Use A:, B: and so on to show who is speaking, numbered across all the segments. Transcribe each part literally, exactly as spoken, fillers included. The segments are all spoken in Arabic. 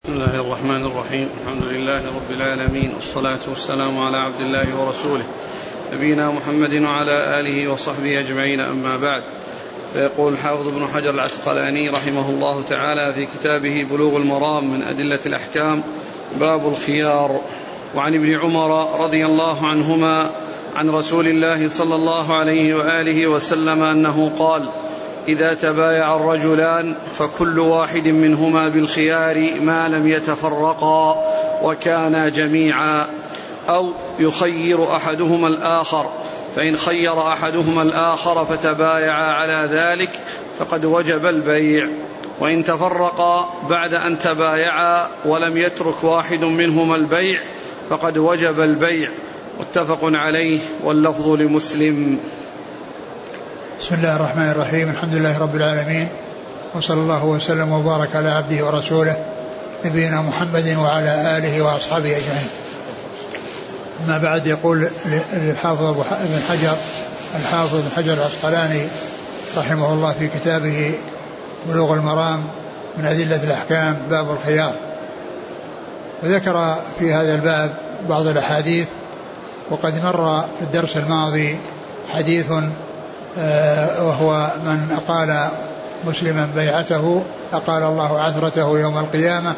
A: بسم الله الرحمن الرحيم. الحمد لله رب العالمين، والصلاة والسلام على عبد الله ورسوله نبينا محمد وعلى آله وصحبه أجمعين، أما بعد. فيقول الحافظ ابن حجر العسقلاني رحمه الله تعالى في كتابه بلوغ المرام من أدلة الأحكام باب الخيار. وعن ابن عمر رضي الله عنهما عن رسول الله صلى الله عليه وآله وسلم أنه قال: إذا تبايع الرجلان فكل واحد منهما بالخيار ما لم يتفرقا وكانا جميعا، أو يخير أحدهما الآخر، فإن خير أحدهما الآخر فتبايعا على ذلك فقد وجب البيع، وإن تفرقا بعد أن تبايعا ولم يترك واحد منهما البيع فقد وجب البيع. متفق عليه، واللفظ لمسلم.
B: بسم الله الرحمن الرحيم. الحمد لله رب العالمين، وصلى الله وسلم وبارك على عبده ورسوله نبينا محمد وعلى آله وأصحابه أجمعين. ما بعد، يقول الحافظ ابن حجر الحافظ ابن حجر العسقلاني رحمه الله في كتابه بلوغ المرام من أدلة الأحكام باب الخيار، وذكر في هذا الباب بعض الأحاديث. وقد مر في الدرس الماضي حديث وهو من أقال مسلما بيعته أقال الله عثرته يوم القيامة،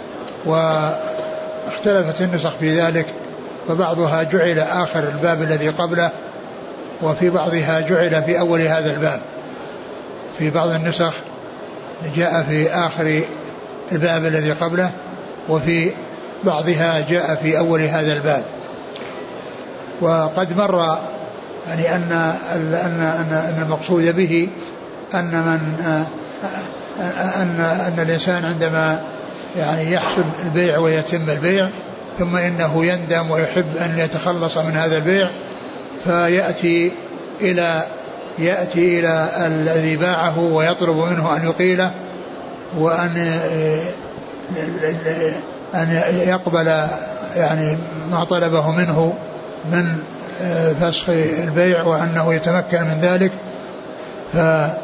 B: واختلفت النسخ في ذلك، فبعضها جعل آخر الباب الذي قبله، وفي بعضها جعل في أول هذا الباب. في بعض النسخ جاء في آخر الباب الذي قبله، وفي بعضها جاء في أول هذا الباب. وقد مر يعني أن أن أن المقصود به أن من أن أن الإنسان عندما يعني يحصل البيع ويتم البيع ثم إنه يندم ويحب أن يتخلص من هذا البيع، فيأتي إلى يأتي إلى الذي باعه ويطلب منه أن يقيله، وأن أن يقبل يعني ما طلبه منه من فسخ البيع وأنه يتمكن من ذلك. ف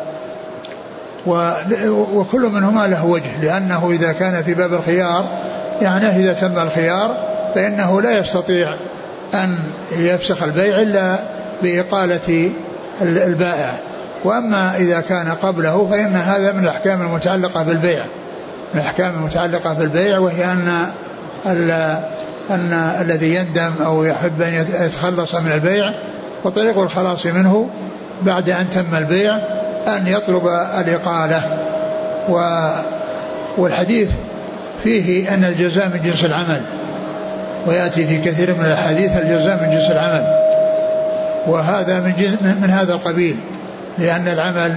B: وكل منهما له وجه، لأنه إذا كان في باب الخيار يعني إذا تم الخيار فإنه لا يستطيع أن يفسخ البيع إلا بإقالة البائع. وأما إذا كان قبله فإن هذا من الأحكام المتعلقة بالبيع من الأحكام المتعلقة بالبيع وهي أن أن الذي يندم أو يحب أن يتخلص من البيع وطريق الخلاص منه بعد أن تم البيع أن يطلب الإقالة. والحديث فيه أن الجزاء من جنس العمل، ويأتي في كثير من الحديث الجزاء من جنس العمل، وهذا من, من هذا القبيل، لأن العمل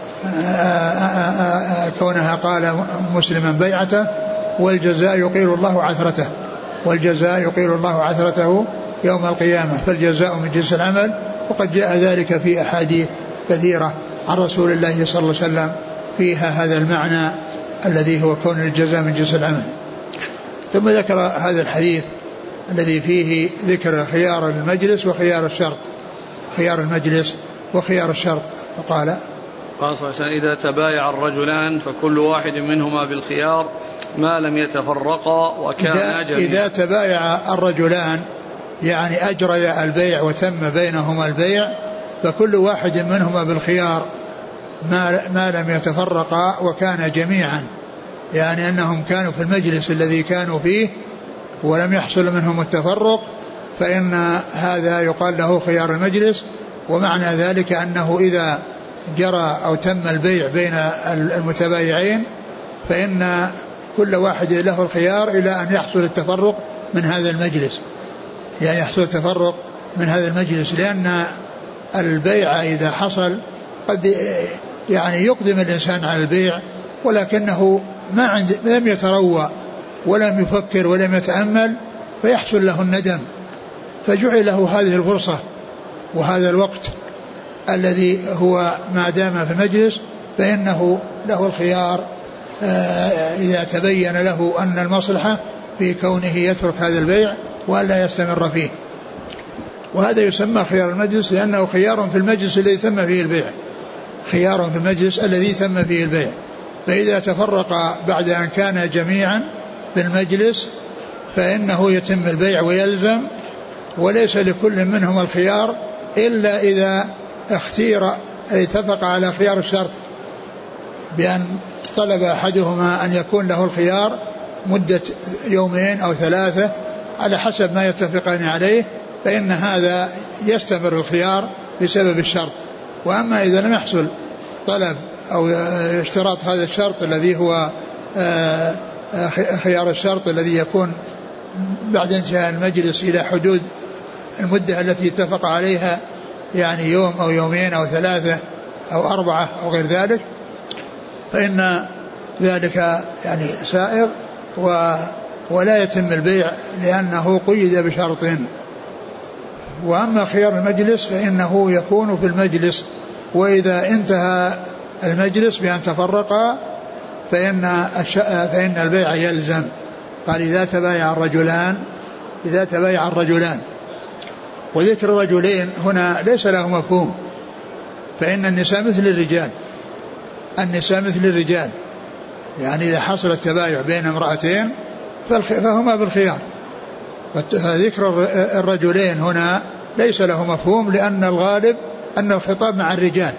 B: كونها قال مسلما بيعته، والجزاء يقيل الله عثرته والجزاء يقيل الله عثرته يوم القيامة، فالجزاء من جنس العمل. وقد جاء ذلك في أحاديث كثيرة عن رسول الله صلى الله عليه وسلم فيها هذا المعنى الذي هو كون الجزاء من جنس العمل. ثم ذكر هذا الحديث الذي فيه ذكر خيار المجلس وخيار الشرط خيار المجلس وخيار الشرط. فقال
A: قال صلى الله عليه وسلم: إذا تبايع الرجلان فكل واحد منهما بالخيار ما لم يتفرقا وكانا جميعا.
B: إذا تبايع الرجلان يعني أجري البيع وتم بينهما البيع، فكل واحد منهما بالخيار ما, ما لم يتفرقا وكان جميعا، يعني أنهم كانوا في المجلس الذي كانوا فيه ولم يحصل منهم التفرق، فإن هذا يقال له خيار المجلس. ومعنى ذلك أنه إذا جرى أو تم البيع بين المتبايعين فإن كل واحد له الخيار إلى أن يحصل التفرق من هذا المجلس، يعني يحصل التفرق من هذا المجلس، لأن البيع إذا حصل قد يعني يقدم الإنسان على البيع ولكنه ما عند لم يتروى ولم يفكر ولم يتأمل فيحصل له الندم، فجعل له هذه الفرصة وهذا الوقت الذي هو ما دام في المجلس، فإنه له الخيار إذا تبين له أن المصلحة في كونه يترك هذا البيع ولا يستمر فيه. وهذا يسمى خيار المجلس لأنه خيار في المجلس الذي تم فيه البيع خيار في المجلس الذي تم فيه البيع. فإذا تفرق بعد أن كان جميعا بالمجلس فإنه يتم البيع ويلزم، وليس لكل منهم الخيار إلا إذا اختير اتفق على خيار الشرط بأن طلب أحدهما أن يكون له الخيار مدة يومين أو ثلاثة على حسب ما يتفقان عليه، فإن هذا يستمر الخيار بسبب الشرط. وأما إذا لم يحصل طلب أو اشتراط هذا الشرط الذي هو خيار الشرط الذي يكون بعد انتهاء المجلس إلى حدود المدة التي اتفق عليها، يعني يوم أو يومين أو ثلاثة أو أربعة أو غير ذلك، فإن ذلك يعني سائغ ولا يتم البيع لأنه قيد بشرط. وأما خيار المجلس فإنه يكون في المجلس، وإذا انتهى المجلس بأن تفرقا فإن, فإن البيع يلزم. قال إذا تبايع الرجلان إذا تبايع الرجلان وذكر الرجلين هنا ليس له مفهوم، فإن النساء مثل الرجال النساء مثل الرجال يعني إذا حصل التبايع بين امرأتين فهما بالخيار. فذكر الرجلين هنا ليس له مفهوم، لأن الغالب أن الخطاب مع الرجال،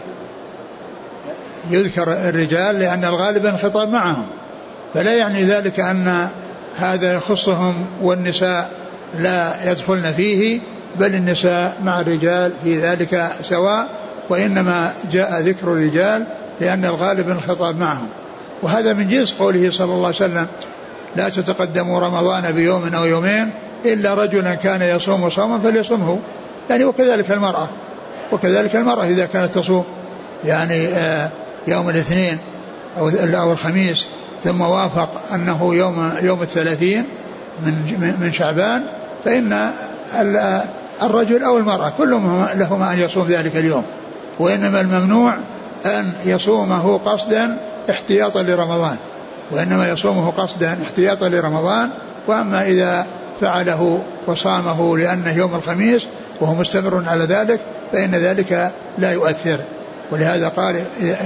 B: يذكر الرجال لأن الغالب الخطاب معهم، فلا يعني ذلك أن هذا يخصهم والنساء لا يدخلن فيه، بل النساء مع الرجال في ذلك سواء، وإنما جاء ذكر الرجال لأن الغالب الخطاب معهم. وهذا من جنس قوله صلى الله عليه وسلم لا تتقدموا رمضان بيوم أو يومين إلا رجلا كان يصوم صوما فليصمه، يعني وكذلك المرأة وكذلك المرأة إذا كانت تصوم يعني يوم الاثنين أو الخميس ثم وافق أنه يوم يوم الثلاثين من من شعبان، فإن الرجل أو المرأة كلهم لهما أن يصوم ذلك اليوم، وإنما الممنوع أن يصومه قصدا احتياطا لرمضان وإنما يصومه قصدا احتياطا لرمضان. وأما إذا فعله وصامه لأنه يوم الخميس وهو مستمر على ذلك فإن ذلك لا يؤثر. ولهذا قال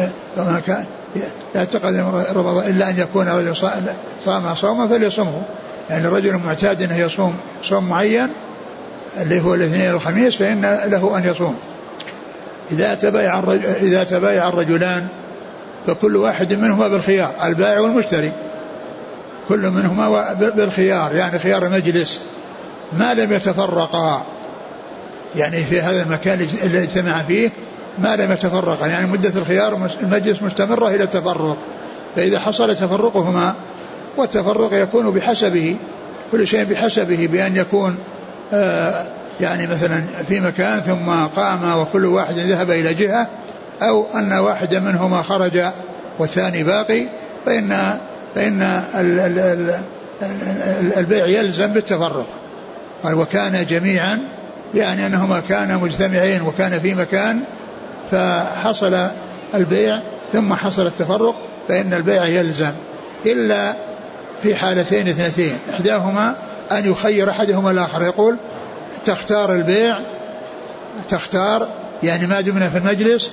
B: لا تقدم رمضان إلا أن يكون رجل صام صوما فليصومه، يعني الرجل معتاد أنه يصوم صوم معين اللي هو الاثنين والخميس فإن له أن يصوم. إذا تبايع الرجل إذا تبايع الرجلان فكل واحد منهما بالخيار، البائع والمشتري كل منهما بالخيار، يعني خيار المجلس ما لم يتفرقا، يعني في هذا المكان اللي اجتمع فيه ما لم يتفرقا، يعني مدة الخيار المجلس مستمرة إلى التفرق. فإذا حصل تفرقهما، والتفرق يكون بحسبه كل شيء بحسبه، بأن يكون آه يعني مثلا في مكان ثم قام وكل واحد ذهب إلى جهة، أو أن واحد منهما خرج والثاني باقي، فإن فإن ال ال ال البيع يلزم بالتفرق. قال وكان جميعا، يعني أنهما كانا مجتمعين وكان في مكان فحصل البيع ثم حصل التفرق فإن البيع يلزم، إلا في حالتين اثنتين، إحداهما أن يخير أحدهما الآخر، يقول تختار البيع تختار يعني ما دمنا في المجلس،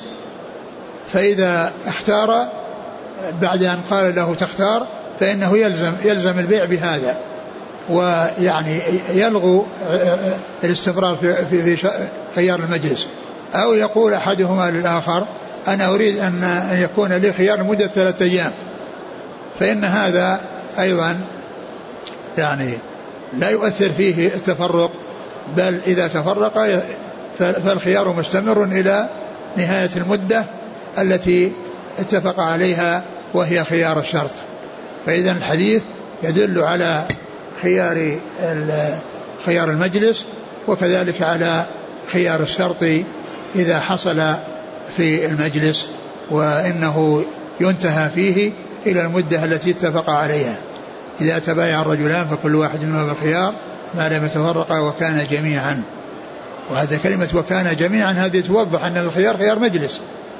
B: فإذا اختار بعد أن قال له تختار فإنه يلزم يلزم البيع بهذا، ويعني يلغو الاستمرار في, في, في خيار المجلس. أو يقول أحدهما للآخر أنا أريد أن يكون لي خيار لمدة ثلاثة أيام، فإن هذا أيضا يعني لا يؤثر فيه التفرق، بل إذا تفرق فالخيار مستمر إلى نهاية المدة التي اتفق عليها وهي خيار الشرط. فإذا الحديث يدل على خيار خيار المجلس وكذلك على خيار الشرط إذا حصل في المجلس، وإنه ينتهى فيه إلى المدة التي اتفق عليها. إذا تبايع الرجلان فكل واحد منهما بالخيار ما لم يتفرقا وكان جميعا. وهذا كلمة وكان جميعا هذه توضح أن الخيار خيار مجلس.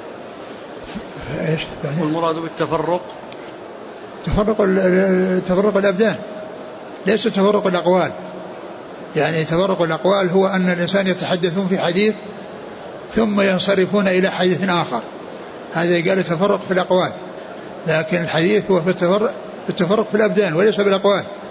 A: والمراد بالتفرق
B: تفرق تفرق الأبدان ليس تفرق الأقوال، يعني تفرق الأقوال هو أن الإنسان يتحدثون في حديث ثم ينصرفون إلى حديث آخر، هذا قال تفرق في الأقوال، لكن الحديث هو في التفرق, في التفرق في الأبدان وليس بالأقوال.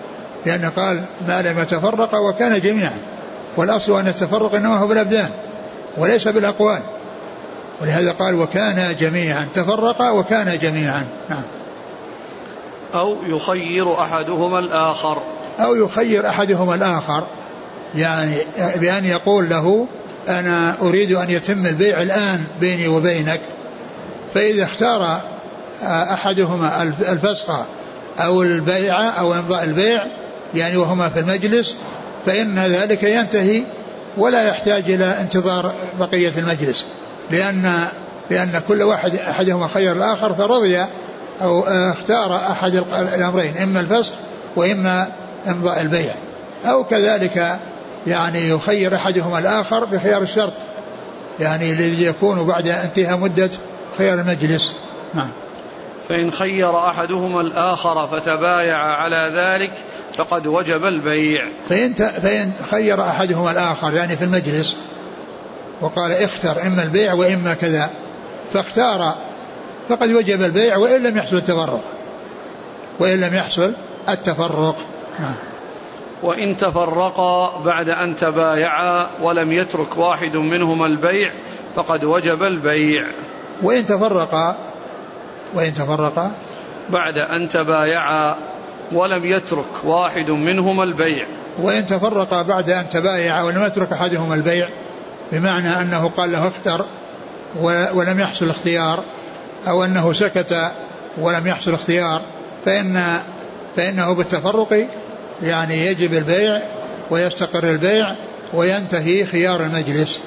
B: لأنه قال ما لم يتفرق وكان جميعا، والأصل أن التفرق إنما هو بالأبدان وليس بالأقوال، ولهذا قال وكان جميعا، تفرق وكان جميعا. نعم.
A: أو يخير أحدهما الآخر
B: أو يخير أحدهما الآخر يعني بأن يقول له أنا أريد أن يتم البيع الآن بيني وبينك، فإذا اختار أحدهما الفسخ أو البيع أو إمضاء البيع يعني وهما في المجلس، فإن ذلك ينتهي ولا يحتاج إلى انتظار بقية المجلس، لأن لأن كل واحد أحدهما خير الآخر فرضي أو اختار أحد الأمرين، إما الفسخ وإما إمضاء البيع. أو كذلك يعني يخير أحدهما الآخر بخيار الشرط، يعني الذي يكون بعد انتهاء مدة خيار المجلس. نعم.
A: فإن خير أحدهما الآخر فتبايع على ذلك فقد وجب البيع.
B: فإن, فإن خير أحدهما الآخر يعني في المجلس وقال اختر إما البيع وإما كذا، فاختار فقد وجب البيع وإن لم يحصل التفرق وإن لم يحصل التفرق. نعم.
A: وإن تفرقا بعد أن تبايعا ولم يترك واحد منهما البيع فقد وجب البيع.
B: وإن تفرقا وإن تفرقا
A: بعد أن تبايعا ولم يترك واحد منهما البيع.
B: وإن تفرقا بعد أن تبايعا ولم يترك أحدهما البيع، بمعنى أنه قال له اختر ولم يحصل اختيار، أو أنه سكت ولم يحصل اختيار، فإن فإنه بالتفرق يعني يجب البيع ويستقر البيع وينتهي خيار المجلس.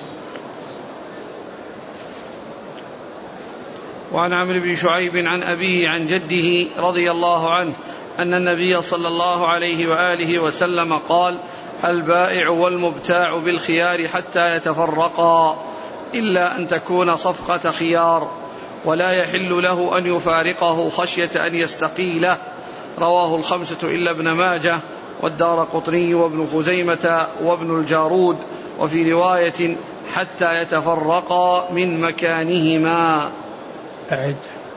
A: وعن عمرو بن شعيب عن أبيه عن جده رضي الله عنه أن النبي صلى الله عليه وآله وسلم قال البائع والمبتاع بالخيار حتى يتفرقا إلا أن تكون صفقة خيار ولا يحل له أن يفارقه خشية أن يستقيله. رواه الخمسة إلا ابن ماجه والدارقطني وابن خزيمة وابن الجارود، وفي رواية حتى يتفرقا من مكانهما.
B: أعد.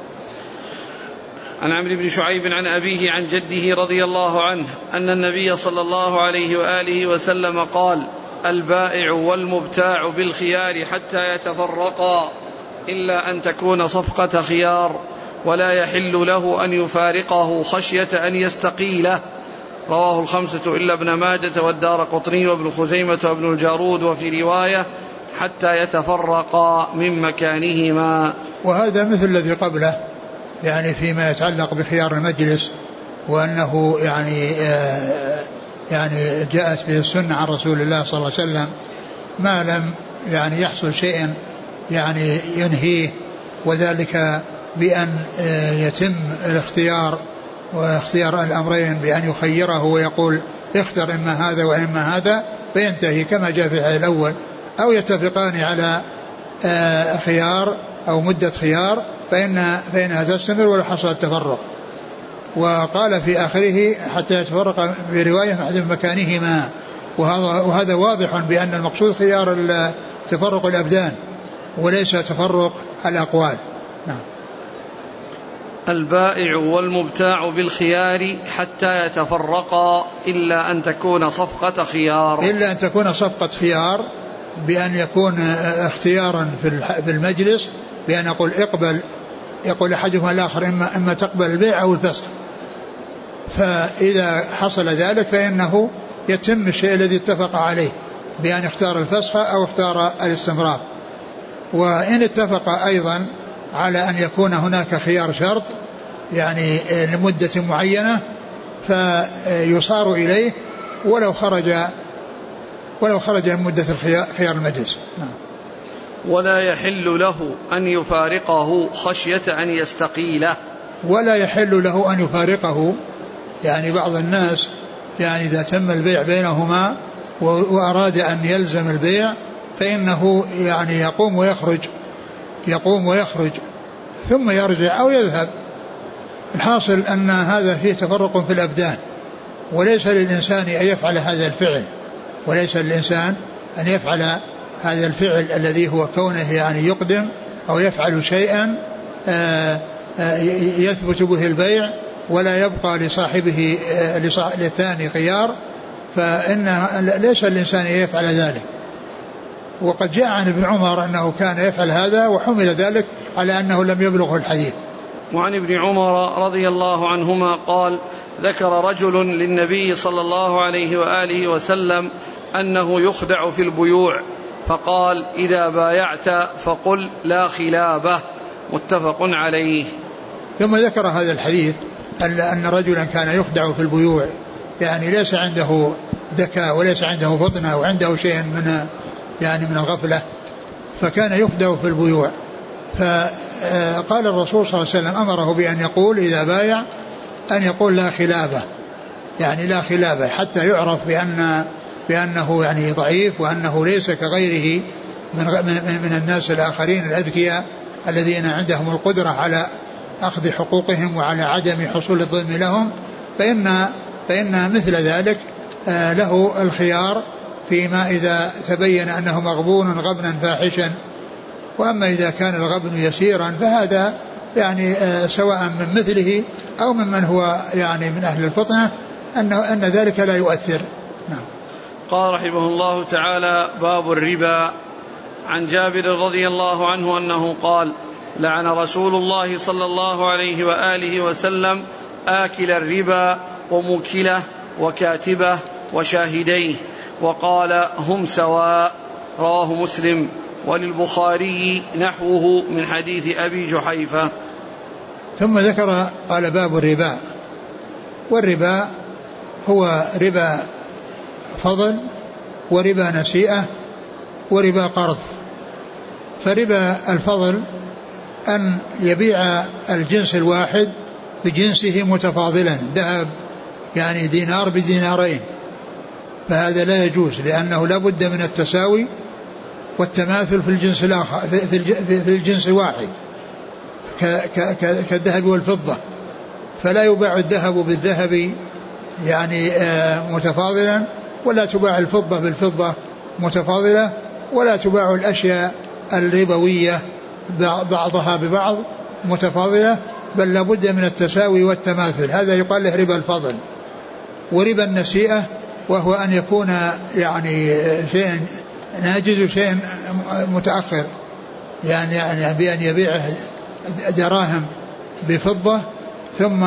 A: عن عمرو بن شعيب عن أبيه عن جده رضي الله عنه أن النبي صلى الله عليه وآله وسلم قال البائع والمبتاع بالخيار حتى يتفرقا إلا أن تكون صفقة خيار ولا يحل له أن يفارقه خشية أن يستقيله. رواه الخمسة إلا ابن ماجة والدارقطني وابن خزيمة وابن الجارود، وفي رواية حتى يتفرقا من مكانهما.
B: وهذا مثل الذي قبله يعني فيما يتعلق بخيار المجلس، وأنه يعني يعني جاءت به السنة عن رسول الله صلى الله عليه وسلم ما لم يعني يحصل شيء يعني ينهيه، وذلك بأن يتم الاختيار واختيار الأمرين بأن يخيره ويقول اختر إما هذا وإما هذا فينتهي كما جاء في الحديث الأول، أو يتفقان على خيار أو مدة خيار فإن فإنها تستمر ولا حصل التفرق. وقال في آخره حتى يتفرق برواية من مكانهما، وهذا, وهذا واضح بأن المقصود خيار تفرق الأبدان وليس تفرق الأقوال. نعم.
A: البائع والمبتاع بالخيار حتى يتفرقا إلا أن تكون صفقة خيار
B: إلا أن تكون صفقة خيار بأن يكون اختيارا في المجلس، بأن يقول اقبل يقول أحدهما الآخر إما, إما تقبل البيع أو الفسخ، فإذا حصل ذلك فإنه يتم الشيء الذي اتفق عليه بأن اختار الفسخ أو اختار الاستمرار. وإن اتفق أيضا على أن يكون هناك خيار شرط يعني لمدة معينة فيصار إليه ولو خرج ولو خرج من مدة خيار المجلس.
A: ولا يحل له أن يفارقه خشية أن يستقيله.
B: ولا يحل له أن يفارقه، يعني بعض الناس يعني إذا تم البيع بينهما وأراد أن يلزم البيع فإنه يعني يقوم ويخرج يقوم ويخرج ثم يرجع أو يذهب. الحاصل أن هذا فيه تفرق في الأبدان، وليس للإنسان أن يفعل هذا الفعل وليس للإنسان أن يفعل هذا الفعل الذي هو كونه يعني يقدم أو يفعل شيئا يثبت به البيع ولا يبقى لصاحبه للثاني خيار، فإن ليس الإنسان يفعل ذلك. وقد جاء عن ابن عمر أنه كان يفعل هذا وحمل ذلك على أنه لم يبلغه الحديث.
A: وعن ابن عمر رضي الله عنهما قال: ذكر رجل للنبي صلى الله عليه وآله وسلم أنه يخدع في البيوع، فقال: إذا بايعت فقل لا خلابة. متفق عليه.
B: ثم ذكر هذا الحديث أن رجلا كان يخدع في البيوع، يعني ليس عنده ذكاء وليس عنده فطنة وعنده شيء من يعني من الغفلة، فكان يخدع في البيوع. فقال الرسول صلى الله عليه وسلم أمره بأن يقول إذا بايع أن يقول لا خلابة، يعني لا خلابة، حتى يعرف بأن بأنه يعني ضعيف وأنه ليس كغيره من, من, من الناس الآخرين الأذكياء الذين عندهم القدرة على أخذ حقوقهم وعلى عدم حصول الظلم لهم، فإن, فإن مثل ذلك له الخيار فيما إذا تبين أنه مغبون غبنا فاحشا. وأما إذا كان الغبن يسيرا فهذا يعني سواء من مثله أو ممن هو يعني من أهل الفطنة أن, أن ذلك لا يؤثر. نعم.
A: قال رحمه الله تعالى: باب الربا. عن جابر رضي الله عنه أنه قال: لعن رسول الله صلى الله عليه وآله وسلم آكل الربا وموكله وكاتبه وشاهديه، وقال: هم سواء. رواه مسلم. وللبخاري نحوه من حديث أبي جحيفة.
B: ثم ذكر قال: باب الربا. والربا هو ربا فضل وربا نسيئة وربا قرض. فربا الفضل أن يبيع الجنس الواحد بجنسه متفاضلا، ذهب يعني دينار بدينارين، فهذا لا يجوز، لأنه لا بد من التساوي والتماثل في الجنس الآخر في الجنس الواحد كالذهب والفضة. فلا يباع الذهب بالذهب يعني متفاضلا، ولا تباع الفضة بالفضة متفاضلة، ولا تباع الأشياء الربوية بعضها ببعض متفاضلة، بل لابد من التساوي والتماثل. هذا يقال له ربا الفضل. وربا النسيئة وهو أن يكون يعني شيء ناجز شيء متأخر، يعني يعني بأن يبيع دراهم بفضة ثم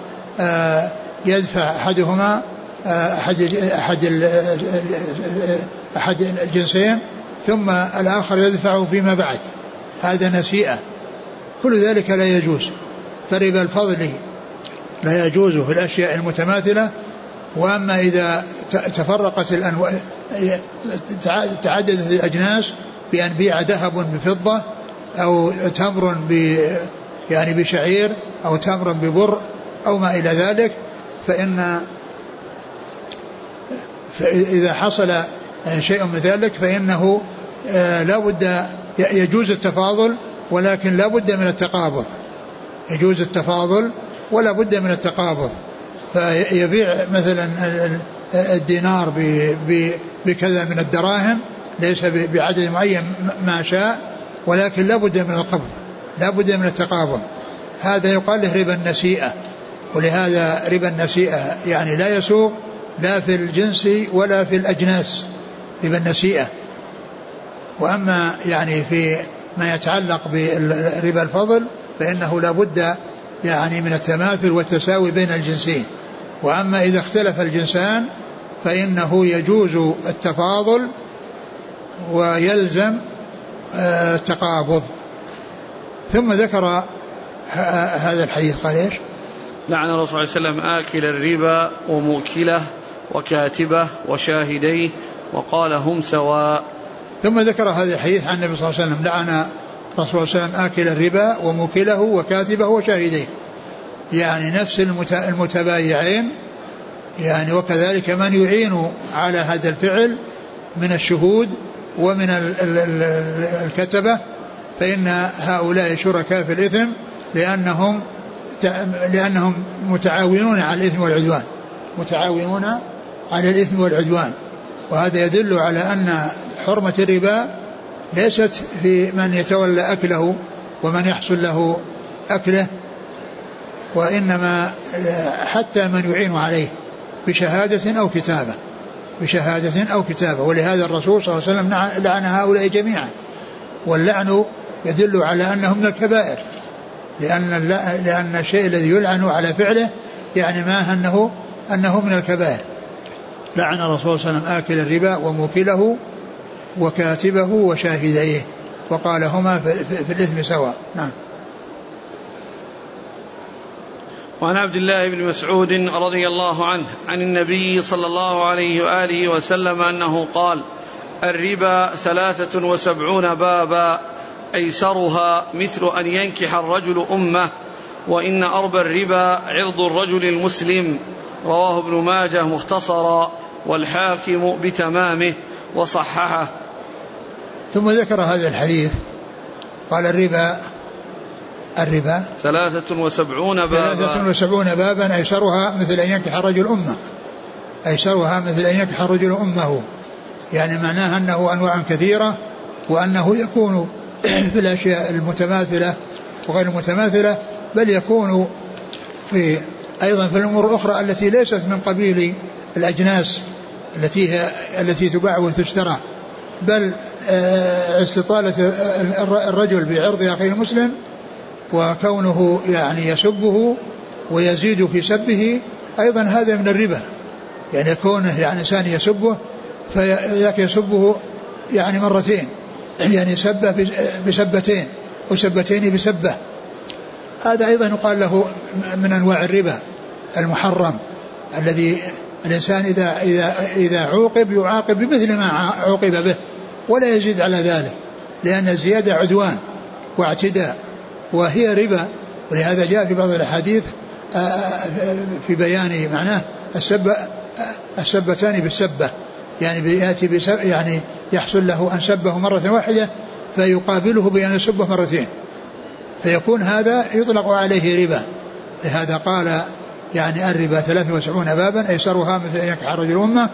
B: يدفع أحدهما أحد أحد أحد الجنسين ثم الآخر يدفعه فيما بعد، هذا نسيئة. كل ذلك لا يجوز. فربا الفضل لا يجوز في الأشياء المتماثلة. وأما إذا تفرقت الأنواع تعددت الأجناس بأن بيع ذهب بفضة أو تمر ب يعني بشعير أو تمر ببر أو ما إلى ذلك، فإن فإذا حصل شيء من ذلك فإنه لا بد يجوز التفاضل، ولكن لا بد من التقابض. يجوز التفاضل ولا بد من التقابض. فيبيع مثلا الدينار بكذا من الدراهم ليس بعدد معين ما شاء، ولكن لا بد من القبض، لا بد من التقابض. هذا يقال له ربا النسيئة. ولهذا ربا النسيئة يعني لا يسوق لا في الجنس ولا في الأجناس، ربا النسيئة. وأما يعني في ما يتعلق بربا الفضل فإنه لا بد يعني من التماثل والتساوي بين الجنسين. وأما إذا اختلف الجنسان فإنه يجوز التفاضل ويلزم التقابض. ثم ذكر هذا الحديث قال إيش؟
A: لعن الرسول صلى الله عليه وسلم آكل الربا وموكله وكاتبه وشاهديه، وقال: هم سواء.
B: ثم ذكر هذا الحديث عن النبي صلى الله عليه وسلم لعن الرسول صلى الله عليه وسلم آكل الربا وموكله وكاتبه وشاهديه، يعني نفس المتبايعين، يعني وكذلك من يعين على هذا الفعل من الشهود ومن الكتبة، فإن هؤلاء شركاء في الإثم لأنهم لأنهم متعاونون على الإثم والعدوان، متعاونون على الإثم والعدوان. وهذا يدل على أن حرمة الربا ليست في من يتولى أكله ومن يحصل له أكله، وإنما حتى من يعين عليه بشهادة أو كتابة بشهادة أو كتابة. ولهذا الرسول صلى الله عليه وسلم لعن هؤلاء جميعا، واللعن يدل على أنه من الكبائر، لأن لأن الشيء الذي يلعن على فعله يعني ما أنه أنه من الكبائر. لعن الرسول صلى الله عليه وسلم آكل الربا وموكله وكاتبه وشاهديه، وقال هما في الإثم سواء. نعم.
A: وعن عبد الله بن مسعود رضي الله عنه عن النبي صلى الله عليه وآله وسلم أنه قال: الربا ثلاثة وسبعون بابا أيسرها مثل أن ينكح الرجل أمه، وإن أربى الربا عرض الرجل المسلم. رواه ابن ماجه مختصرا والحاكم بتمامه وصححه.
B: ثم ذكر هذا الحديث قال: الربا الربا
A: ثلاثة وسبعون بابا
B: ثلاثة وسبعون بابا أيسرها مثل أن ينكح الرجل أمه أيسرها مثل أن ينكح الرجل أمه، يعني معناها أنه أنواع كثيرة، وأنه يكون في الأشياء المتماثلة وغير المتماثلة، بل يكون في أيضا في الأمور الأخرى التي ليست من قبيل الأجناس التي هي التي تباع وتشترى، بل استطالة الرجل بعرض أخيه المسلم وكونه يعني يسبه ويزيد في سبه أيضا هذا من الربا، يعني يكونه يعني إنسان يسبه فذاك يسبه يعني مرتين، يعني سبه بسبتين وسبتين بسبه، هذا أيضا يقال له من أنواع الربا المحرم، الذي الإنسان إذا, إذا, إذا عوقب يعاقب بمثل ما عوقب به ولا يزيد على ذلك، لأن الزيادة عدوان واعتداء وهي ربا. ولهذا جاء في بعض الأحاديث في بيان معناه السب السبتان بالسبة، يعني بيأتي بسب يعني يحصل له أن سبه مرة واحدة فيقابله بأن يسبه مرتين، فيكون هذا يطلق عليه ربا. لهذا قال يعني الربا ثلاثة وسبعون بابا أيسرها مثل أن ينكح الرجل أمه.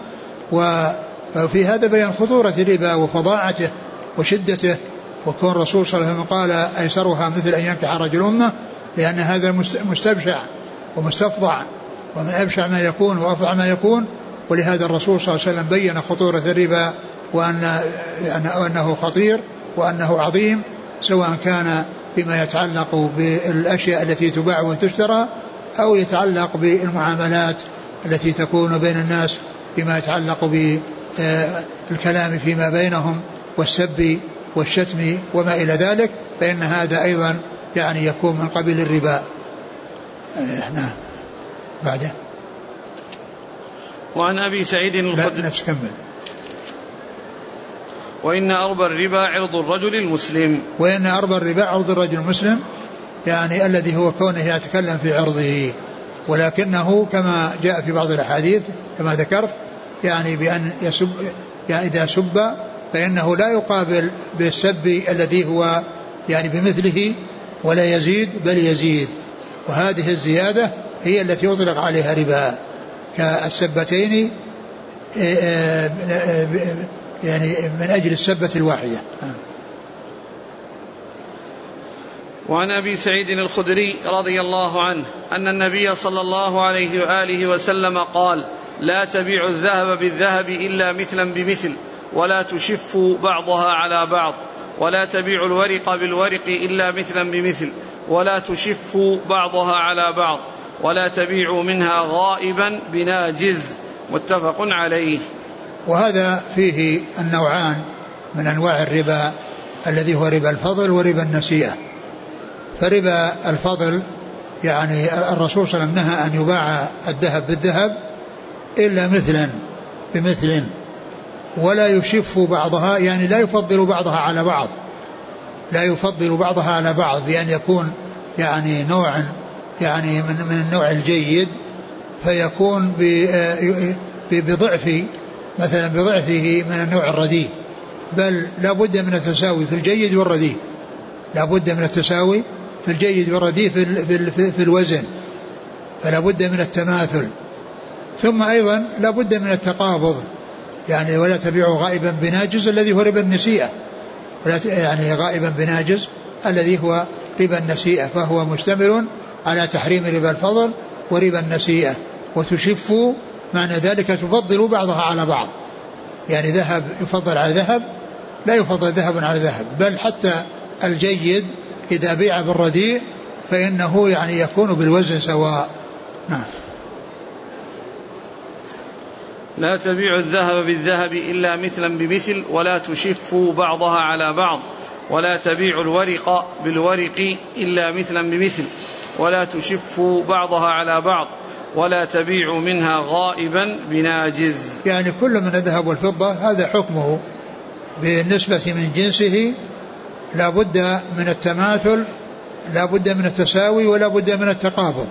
B: وفي هذا بيان خطورة الربا وفظاعته وشدته، وكون الرسول صلى الله عليه وسلم قال أيسرها مثل أن ينكح الرجل أمه، لأن هذا مستبشع ومستفضع ومن أبشع ما يكون وأفظع ما يكون. ولهذا الرسول صلى الله عليه وسلم بين خطورة الربا وأن وأنه خطير وأنه عظيم، سواء كان فيما يتعلق بالأشياء التي تباع وتشترى أو يتعلق بالمعاملات التي تكون بين الناس فيما يتعلق بالكلام فيما بينهم والسب والشتم وما إلى ذلك، فإن هذا أيضا يعني يكون من قبيل الربا. نعم. بعده.
A: وعن أبي سعيد الخدري
B: نفس كمل.
A: وإن أربى الربا عرض الرجل المسلم
B: وإن أربى الربا عرض الرجل المسلم، يعني الذي هو كونه يتكلم في عرضه، ولكنه كما جاء في بعض الأحاديث كما ذكرت يعني بأن يسب، يعني إذا سب فإنه لا يقابل بالسب الذي هو يعني بمثله ولا يزيد بل يزيد، وهذه الزيادة هي التي يطلق عليها ربا كالسبتين يعني من أجل السبة الواحدة.
A: وعن أبي سعيد الخدري رضي الله عنه أن النبي صلى الله عليه وآله وسلم قال: لا تبيع الذهب بالذهب إلا مثلا بمثل، ولا تشف بعضها على بعض، ولا تبيع الورق بالورق إلا مثلا بمثل، ولا تشف بعضها على بعض، ولا تبيع منها غائبا بناجز. متفق عليه.
B: وهذا فيه النوعان من أنواع الربا الذي هو ربا الفضل وربا النسيئة. فربا الفضل يعني الرسول صلى الله عليه وسلم نهى أن يباع الذهب بالذهب إلا مثلا بمثل، ولا يشف بعضها، يعني لا يفضل بعضها على بعض لا يفضل بعضها على بعض بأن يكون يعني نوعا يعني من من النوع الجيد فيكون بضعف مثلا بضعفه من النوع الرديء، بل لا بد من التساوي في الجيد والرديء، لا بد من التساوي في الجيد والرديء في, في, في, في الوزن، فلا بد من التماثل. ثم أيضا لا بد من التقابض، يعني ولا تبيع غائبا بناجز الذي هو ربا النسيئة، ولا يعني غائبا بناجز الذي هو ربا النسيئة، فهو مشتمل على تحريم ربا الفضل وربا النسيئة. وتشف معنى ذلك تفضل بعضها على بعض، يعني ذهب يفضل على ذهب، لا يفضل ذهب على ذهب، بل حتى الجيد إذا بيع بالرديء فإنه يعني يكون بالوزن سواء. نعم.
A: لا تبيع الذهب بالذهب إلا مثلا بمثل ولا تشفوا بعضها على بعض، ولا تبيع الورق بالورق إلا مثلا بمثل ولا تشفوا بعضها على بعض، ولا تبيع منها غائبا بناجز.
B: يعني كل من الذهب والفضة هذا حكمه بالنسبة من جنسه، لا بد من التماثل، لا بد من التساوي، ولا بد من التقابض.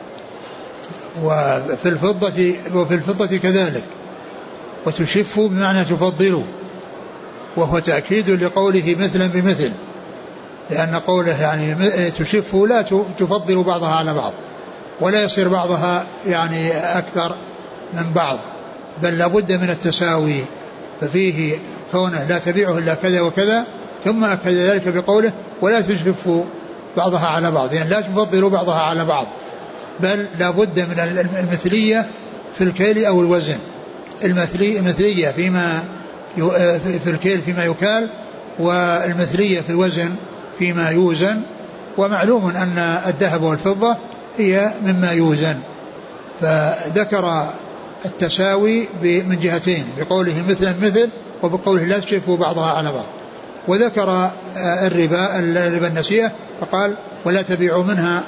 B: وفي الفضة وفي الفضة كذلك. وتشفوا بمعنى تفضلوا، وهو تأكيد لقوله مثلا بمثل، لأن قوله يعني تشفوا لا تفضل بعضها على بعض، ولا يصير بعضها يعني أكثر من بعض، بل لابد من التساوي. ففيه كونه لا تبيعه إلا كذا وكذا، ثم أكد ذلك بقوله ولا تشفوا بعضها على بعض، يعني لا تفضلوا بعضها على بعض، بل لابد من المثلية في الكيل أو الوزن. المثلية فيما في الكيل فيما يكال، والمثلية في الوزن فيما يوزن. ومعلوم أن الذهب والفضة هي مما يوزن، فذكر التساوي من جهتين بقوله مثلا مثل، وبقوله لا تشفوا بعضها على بعض. وذكر الربا الربا النسيئة فقال ولا تبيعوا منها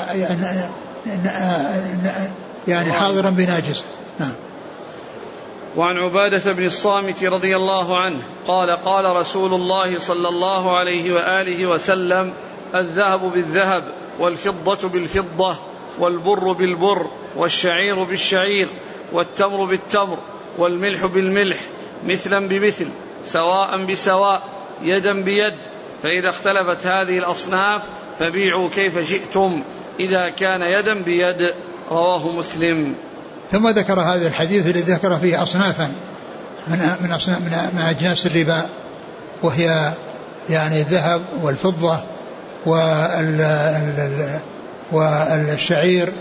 B: يعني حاضرا بناجس. نعم.
A: وعن عبادة بن الصامت رضي الله عنه قال قال رسول الله صلى الله عليه وآله وسلم: الذهب بالذهب والفضة بالفضة والبر بالبر والشعير بالشعير والتمر بالتمر والملح بالملح مثلا بمثل سواء بسواء يدا بيد، فإذا اختلفت هذه الأصناف فبيعوا كيف شئتم إذا كان يدا بيد. رواه مسلم.
B: ثم ذكر هذا الحديث الذي ذكر فيه أصنافا من من أصناف من أجناس الربا، وهي يعني الذهب والفضة والشعير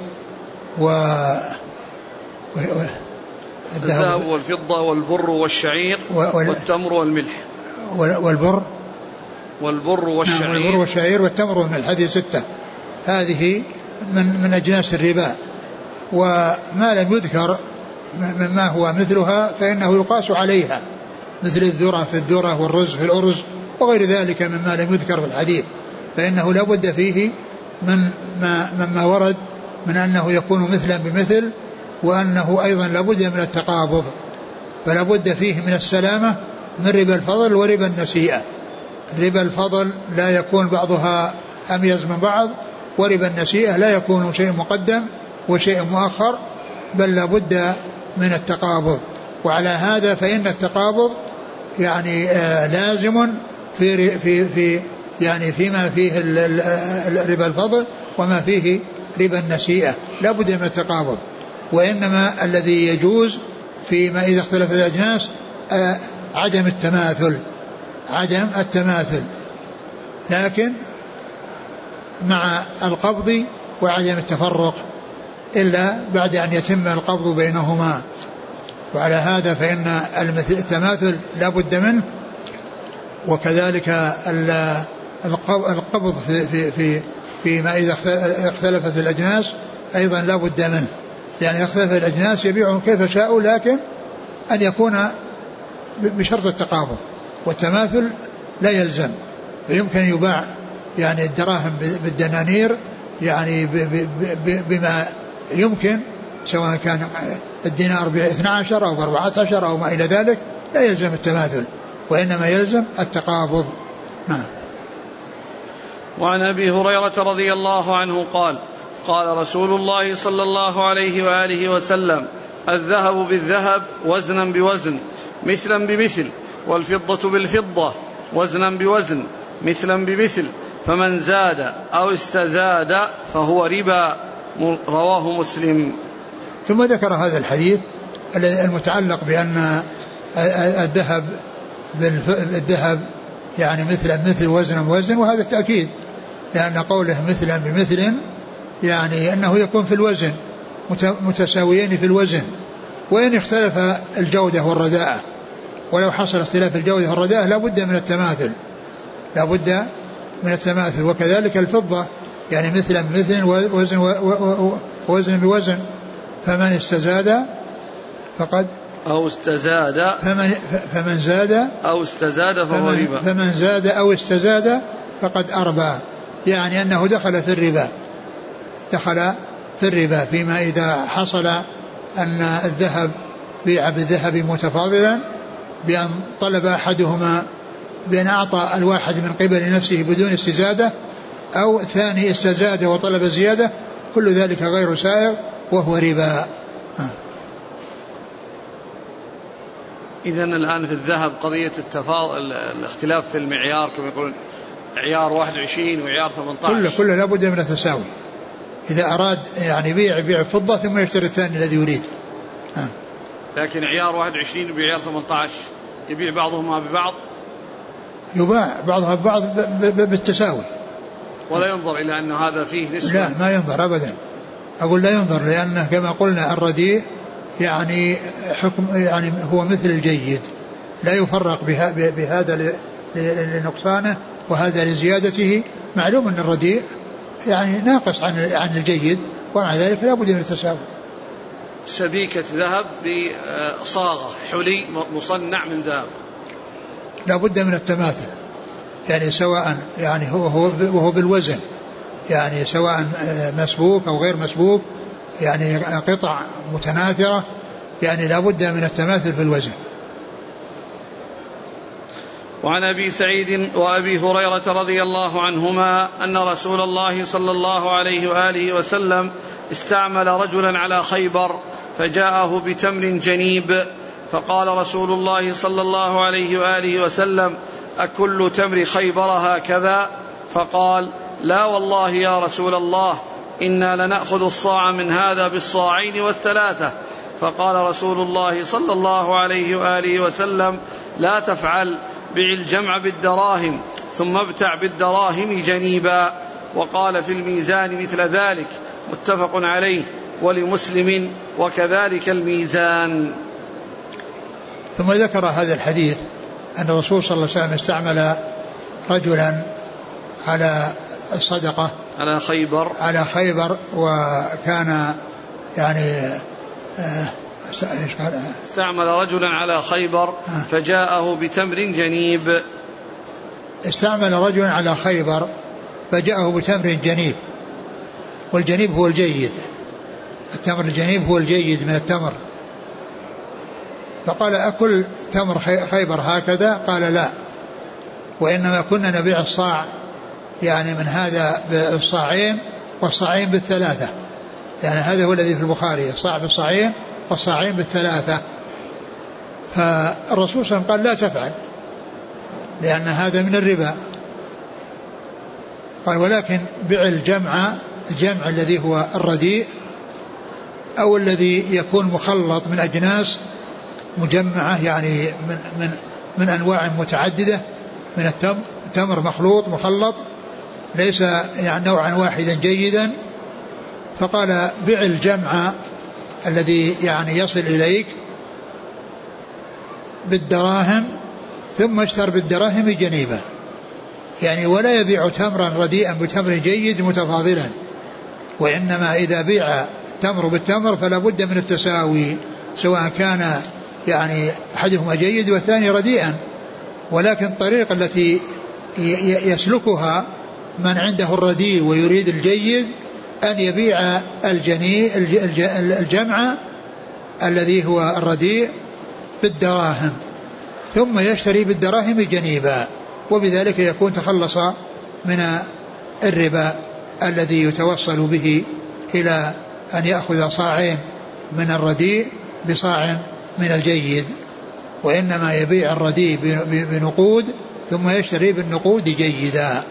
A: الذهب والفضة والبر والشعير والتمر والملح
B: والبر
A: والبر والشعير
B: والبر والشعير والتمر والملح. هذه ستة، هذه من من أجناس الربا. وما لم يذكر مما هو مثلها فإنه يقاس عليها، مثل الذرة في الذرة والرز في الأرز وغير ذلك مما لم يذكر في الحديث، فإنه لا بد فيه من ما مما ورد من أنه يكون مثلا بمثل، وأنه أيضا لا بد من التقابض، فلا بد فيه من السلامة من ربا الفضل وربا النسيئة. ربا الفضل لا يكون بعضها أميز من بعض، وربا النسيئة لا يكون شيء مقدم وشيء مؤخر، بل لا بد من التقابض. وعلى هذا فإن التقابض يعني آه لازم في في في يعني فيما فيه ربا الفضل وما فيه ربا النسيئة لا بد من التقابض. وإنما الذي يجوز فيما إذا اختلف الأجناس آه عدم التماثل عدم التماثل لكن مع القبض وعدم التفرق إلا بعد أن يتم القبض بينهما. وعلى هذا فإن التماثل لا بد منه، وكذلك القبض في في في فيما إذا اختلفت الأجناس أيضا لا بد منه، يعني اختلف الأجناس يبيعهم كيف شاءوا، لكن أن يكون بشرط التقابض، والتماثل لا يلزم، فيمكن يباع يعني الدراهم بالدنانير يعني بما يمكن، سواء كان الدينار باثنى عشر أو بأربعة عشر أو ما إلى ذلك، لا يلزم التماثل، وإنما يلزم التقابض. نعم.
A: وعن أبي هريرة رضي الله عنه قال قال رسول الله صلى الله عليه وآله وسلم: الذهب بالذهب وزنا بوزن مثلا بمثل، والفضة بالفضة وزنا بوزن مثلا بمثل، فمن زاد أو استزاد فهو ربا. رواه مسلم.
B: ثم ذكر هذا الحديث المتعلق بأن الذهب بالذهب يعني مثل مثل وزنا بوزن، وهذا التأكيد، لأن قوله مثلا بمثل يعني أنه يكون في الوزن متساويين في الوزن، وإن اختلف الجودة والرداءة، ولو حصل اختلاف الجودة والرداءة لا بد من التماثل، لا بد من التماثل. وكذلك الفضة يعني مثلا مثل وزن ووزن بوزن، فمن استزاد فقد
A: أو استزاد
B: فمن, فمن زاد
A: أو استزاد فهو ربا،
B: فمن زاد أو استزاد فقد أربى، يعني أنه دخل في الربا، دخل في الربا فيما إذا حصل أن الذهب بيع بالذهب متفاضلا بأن طلب أحدهما بأن أعطى الواحد من قبل نفسه بدون استزادة، أو ثاني استزاد وطلب زيادة، كل ذلك غير سائغ وهو ربا.
A: إذن الآن في الذهب قضية التفاضل الاختلاف في المعيار كما يقولون عيار واحد وعشرين وعيار ثمانية عشر،
B: كله كله لا بد من التساوي. إذا أراد يعني بيع بيع فضة ثم يشتري الثاني الذي يريد. ها.
A: لكن عيار واحد وعشرين وعيار ثمانية عشر يبيع بعضهما ببعض،
B: يباع بعضها ببعض بالتساوي،
A: ولا ينظر إلى أن هذا فيه نسبة.
B: لا ما ينظر أبدا، أقول لا ينظر، لأنه كما قلنا الرديء يعني حكم يعني هو مثل الجيد، لا يفرق بهذا لنقصانه وهذا لزيادته. معلوم أن الرديء يعني ناقص عن عن الجيد، ومع ذلك لا بد من التساوي.
A: سبيكة ذهب بصاغة حلي مصنع من ذهب
B: لا بد من التماثل، يعني سواء يعني هو هو وهو بالوزن، يعني سواء مسبوك أو غير مسبوك، يعني قطع متناثرة، يعني لا بد من التماثل في الوزن.
A: وعن أبي سعيد وأبي هريرة رضي الله عنهما أن رسول الله صلى الله عليه وآله وسلم استعمل رجلا على خيبر فجاءه بتمر جنيب، فقال رسول الله صلى الله عليه وآله وسلم: أكل تمر خيبر هكذا؟ فقال: لا والله يا رسول الله، إنا لنأخذ الصاع من هذا بالصاعين والثلاثة. فقال رسول الله صلى الله عليه وآله وسلم: لا تفعل، بع الجمع بالدراهم ثم ابتع بالدراهم جنيبا. وقال في الميزان مثل ذلك، متفق عليه، ولمسلم وكذلك الميزان.
B: ثم ذكر هذا الحديث أن الرسول صلى الله عليه وسلم استعمل رجلا على الصدقة
A: على خيبر
B: على خيبر وكان يعني آه
A: استعمل رجلا على خيبر فجاءه بتمر جنيب
B: استعمل رجلا على خيبر فجاءه بتمر جنيب، والجنيب هو الجيد، التمر الجنيب هو الجيد من التمر. فقال: أكل تمر خيبر هكذا؟ قال: لا، وإنما كنا نبيع الصاع يعني من هذا بالصاعين والصاعين بالثلاثة، يعني هذا هو الذي في البخاري، الصاع بالصاعين والصاعين بالثلاثة. فالرسول صلى الله عليه وسلم قال: لا تفعل، لأن هذا من الربا. قال: ولكن بع الجمع، الجمع الذي هو الرديء أو الذي يكون مخلط من أجناس مجمعة، يعني من, من, من أنواع متعددة من التمر، تمر مخلوط مخلط ليس يعني نوعا واحدا جيدا. فقال: بع الجمع الذي يعني يصل إليك بالدراهم ثم اشتر بالدراهم جنيبا، يعني ولا يبيع تمرا رديئا بتمر جيد متفاضلا، وإنما إذا بيع التمر بالتمر فلا بد من التساوي، سواء كان يعني أحدهما جيد والثاني رديئا. ولكن الطريقة التي يسلكها من عنده الرديء ويريد الجيد أن يبيع الجني الجمع الذي هو الرديء بالدراهم ثم يشتري بالدراهم جنيبا، وبذلك يكون تخلص من الربا الذي يتوصل به إلى أن يأخذ صاعين من الرديء بصاع من الجيد، وإنما يبيع الرديء بنقود ثم يشتري بالنقود جيدا.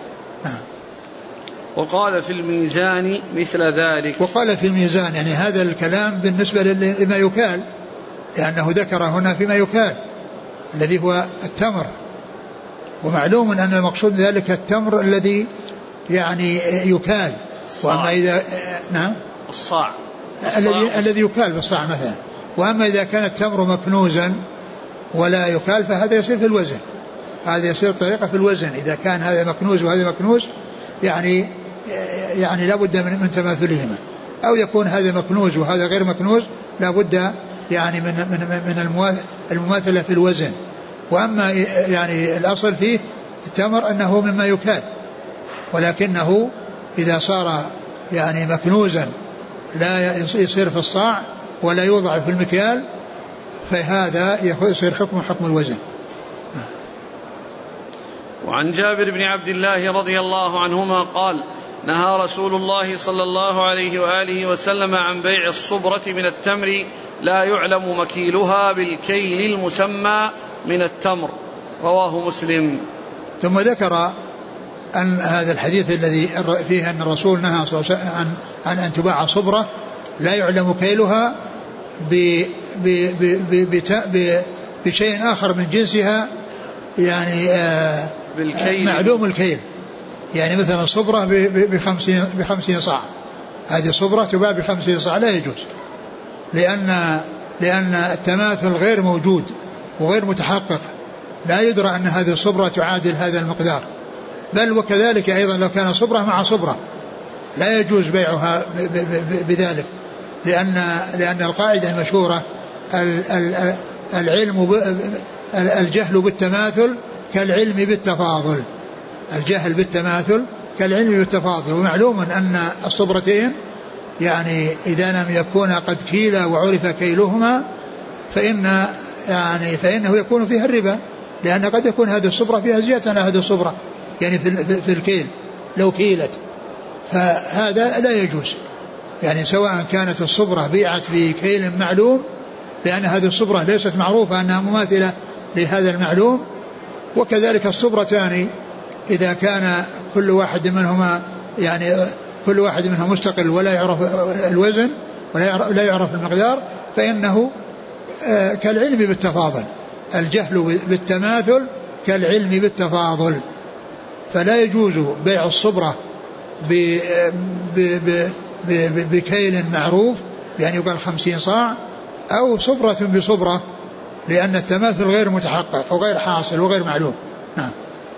A: وقال في الميزان مثل ذلك.
B: وقال في الميزان، يعني هذا الكلام بالنسبة لما يكال، لأنه ذكر هنا فيما يكال الذي هو التمر، ومعلوم أن المقصود ذلك التمر الذي يعني يكال، وأما إذا نعم
A: الصاع
B: الذي الذي يكال بالصاع مثلا. وأما إذا كان التمر مكنوزا ولا يكال فهذا يصير في الوزن، هذا يصير طريقة في الوزن. إذا كان هذا مكنوز وهذا مكنوز يعني يعني لا بد من, من تماثلهما، أو يكون هذا مكنوز وهذا غير مكنوز لا بد يعني من من من المماثلة في الوزن. وأما يعني الأصل فيه التمر أنه مما يكال، ولكنه إذا صار يعني مكنوزا لا يصير في الصاع ولا يوضع في المكيال فهذا يصير حكم حكم الوزن.
A: وعن جابر بن عبد الله رضي الله عنهما قال: نهى رسول الله صلى الله عليه وآله وسلم عن بيع الصبرة من التمر لا يعلم مكيلها بالكيل المسمى من التمر، رواه مسلم.
B: ثم ذكر أن هذا الحديث الذي فيه أن الرسول نهى صلى الله عليه وسلم عن, عن أن تباع صبرة لا يعلم كيلها ب ب ب ب بشيء آخر من جنسها، يعني آه بالكيل معلوم الكيل، يعني مثلا صبرة بخمسين, بخمسين صاع، هذه صبرة تباع بخمسين صاع لا يجوز، لأن, لأن التماثل غير موجود وغير متحقق، لا يدرى أن هذه الصبرة تعادل هذا المقدار. بل وكذلك أيضا لو كان صبرة مع صبرة لا يجوز بيعها بذلك، لأن, لأن القاعدة المشهورة العلم الجهل بالتماثل كالعلم بالتفاضل، الجهل بالتماثل كالعلم بالتفاضل. ومعلوم أن الصبرتين يعني إذا لم يكون قد كيلا وعرف كيلهما فإن يعني فإنه يكون فيها الربا، لأن قد يكون هذه الصبرة فيها زيادة على هذه الصبرة يعني في, في الكيل لو كيلت، فهذا لا يجوز. يعني سواء كانت الصبرة بيعت بكيل معلوم لأن هذه الصبرة ليست معروفة أنها مماثلة لهذا المعلوم، وكذلك الصبرتان إذا كان كل واحد منهما يعني كل واحد منها مستقل ولا يعرف الوزن ولا يعرف المقدار فإنه كالعلم بالتفاضل، الجهل بالتماثل كالعلم بالتفاضل. فلا يجوز بيع الصبرة بكيل معروف يعني يقال خمسين صاع، أو صبرة بصبرة، لأن التماثل غير متحقق وغير حاصل وغير معلوم. نعم.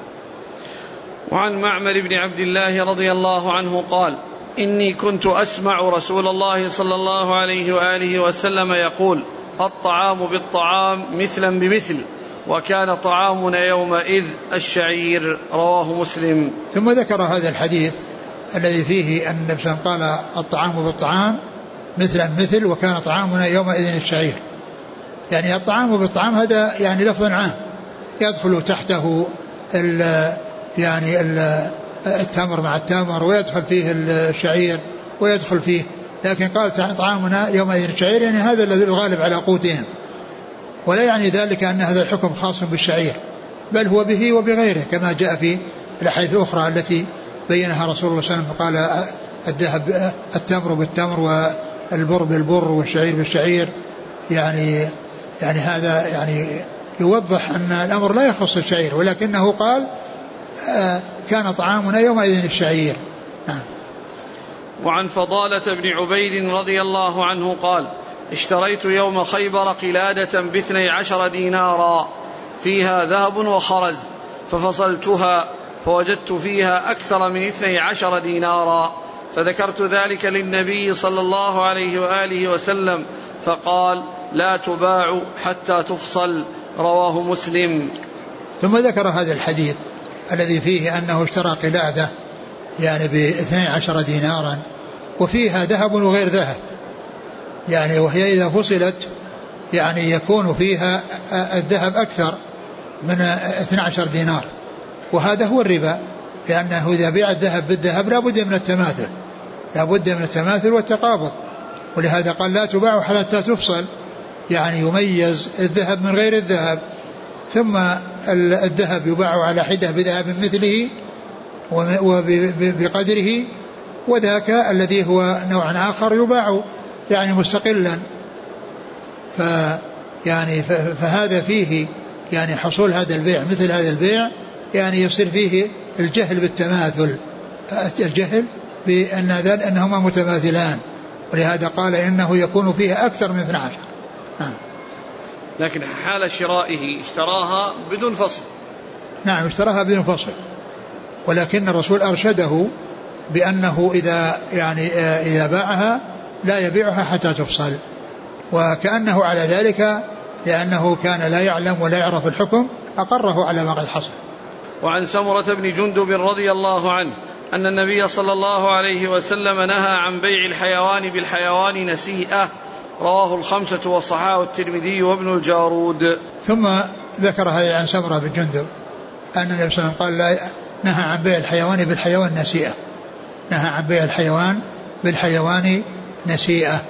A: وعن معمر بن عبد الله رضي الله عنه قال: إني كنت أسمع رسول الله صلى الله عليه وآله وسلم يقول: الطعام بالطعام مثلا بمثل، وكان طعامنا يومئذ الشعير، رواه مسلم.
B: ثم ذكر هذا الحديث الذي فيه أن النبي صلى الله عليه وسلم قال: الطعام بالطعام مثلا مثل، وكان طعامنا يومئذ الشعير. يعني الطعام بالطعام هذا يعني لفظ عام يدخل تحته ال يعني ال التمر مع التمر، ويدخل فيه الشعير ويدخل فيه، لكن قال طعامنا يومئذ الشعير يعني هذا الذي الغالب على قوتهم، ولا يعني ذلك أن هذا الحكم خاص بالشعير، بل هو به وبغيره كما جاء في الأحاديث الأخرى التي بينها رسول الله صلى الله عليه وسلم فقال الذهب التمر بالتمر والبر بالبر والشعير بالشعير. يعني يعني هذا يعني يوضح أن الأمر لا يخص الشعير، ولكنه قال آه كان طعامنا يومئذ الشعير. نعم.
A: وعن فضالة بن عبيد رضي الله عنه قال: اشتريت يوم خيبر قلادة باثني عشر دينارا فيها ذهب وخرز، ففصلتها فوجدت فيها أكثر من اثني عشر دينارا، فذكرت ذلك للنبي صلى الله عليه وآله وسلم فقال: لا تباع حتى تفصل، رواه مسلم.
B: ثم ذكر هذا الحديث الذي فيه أنه اشترى قلادة يعني باثني عشر دينارا وفيها ذهب وغير ذهب، يعني وهي إذا فصلت يعني يكون فيها الذهب أكثر من اثني عشر دينار، وهذا هو الربا، لأنه إذا بيع الذهب بالذهب لا بد من التماثل، لا بد من التماثل والتقابض، ولهذا قال: لا تباع حتى تفصل، يعني يميز الذهب من غير الذهب. ثم الذهب يباع على حدة بذهب مثله وبقدره، وذاك الذي هو نوع آخر يباع يعني مستقلا. ف يعني فهذا فيه يعني حصول هذا البيع مثل هذا البيع، يعني يصير فيه الجهل بالتماثل، الجهل بأن ذلك أنهما متماثلان، ولهذا قال إنه يكون فيه أكثر من اثني عشر. نعم.
A: لكن حال شرائه اشتراها بدون فصل.
B: نعم اشتراها بدون فصل، ولكن الرسول أرشده بأنه إذا يعني إذا باعها لا يبيعها حتى تفصل، وكأنه على ذلك لأنه كان لا يعلم ولا يعرف الحكم أقره على ما قد حصل.
A: وعن سمرة بن جندب رضي الله عنه أن النبي صلى الله عليه وسلم نهى عن بيع الحيوان بالحيوان نسيئة، رواه الخمسة وصححه الترمذي وابن الجارود.
B: ثم ذكر هذا عن سمرة بن جندب أن النبي صلى الله عليه وسلم قال لا نهى عن بيع الحيوان بالحيوان نسيئة، نهى عن بيع الحيوان بالحيوان نسيئة.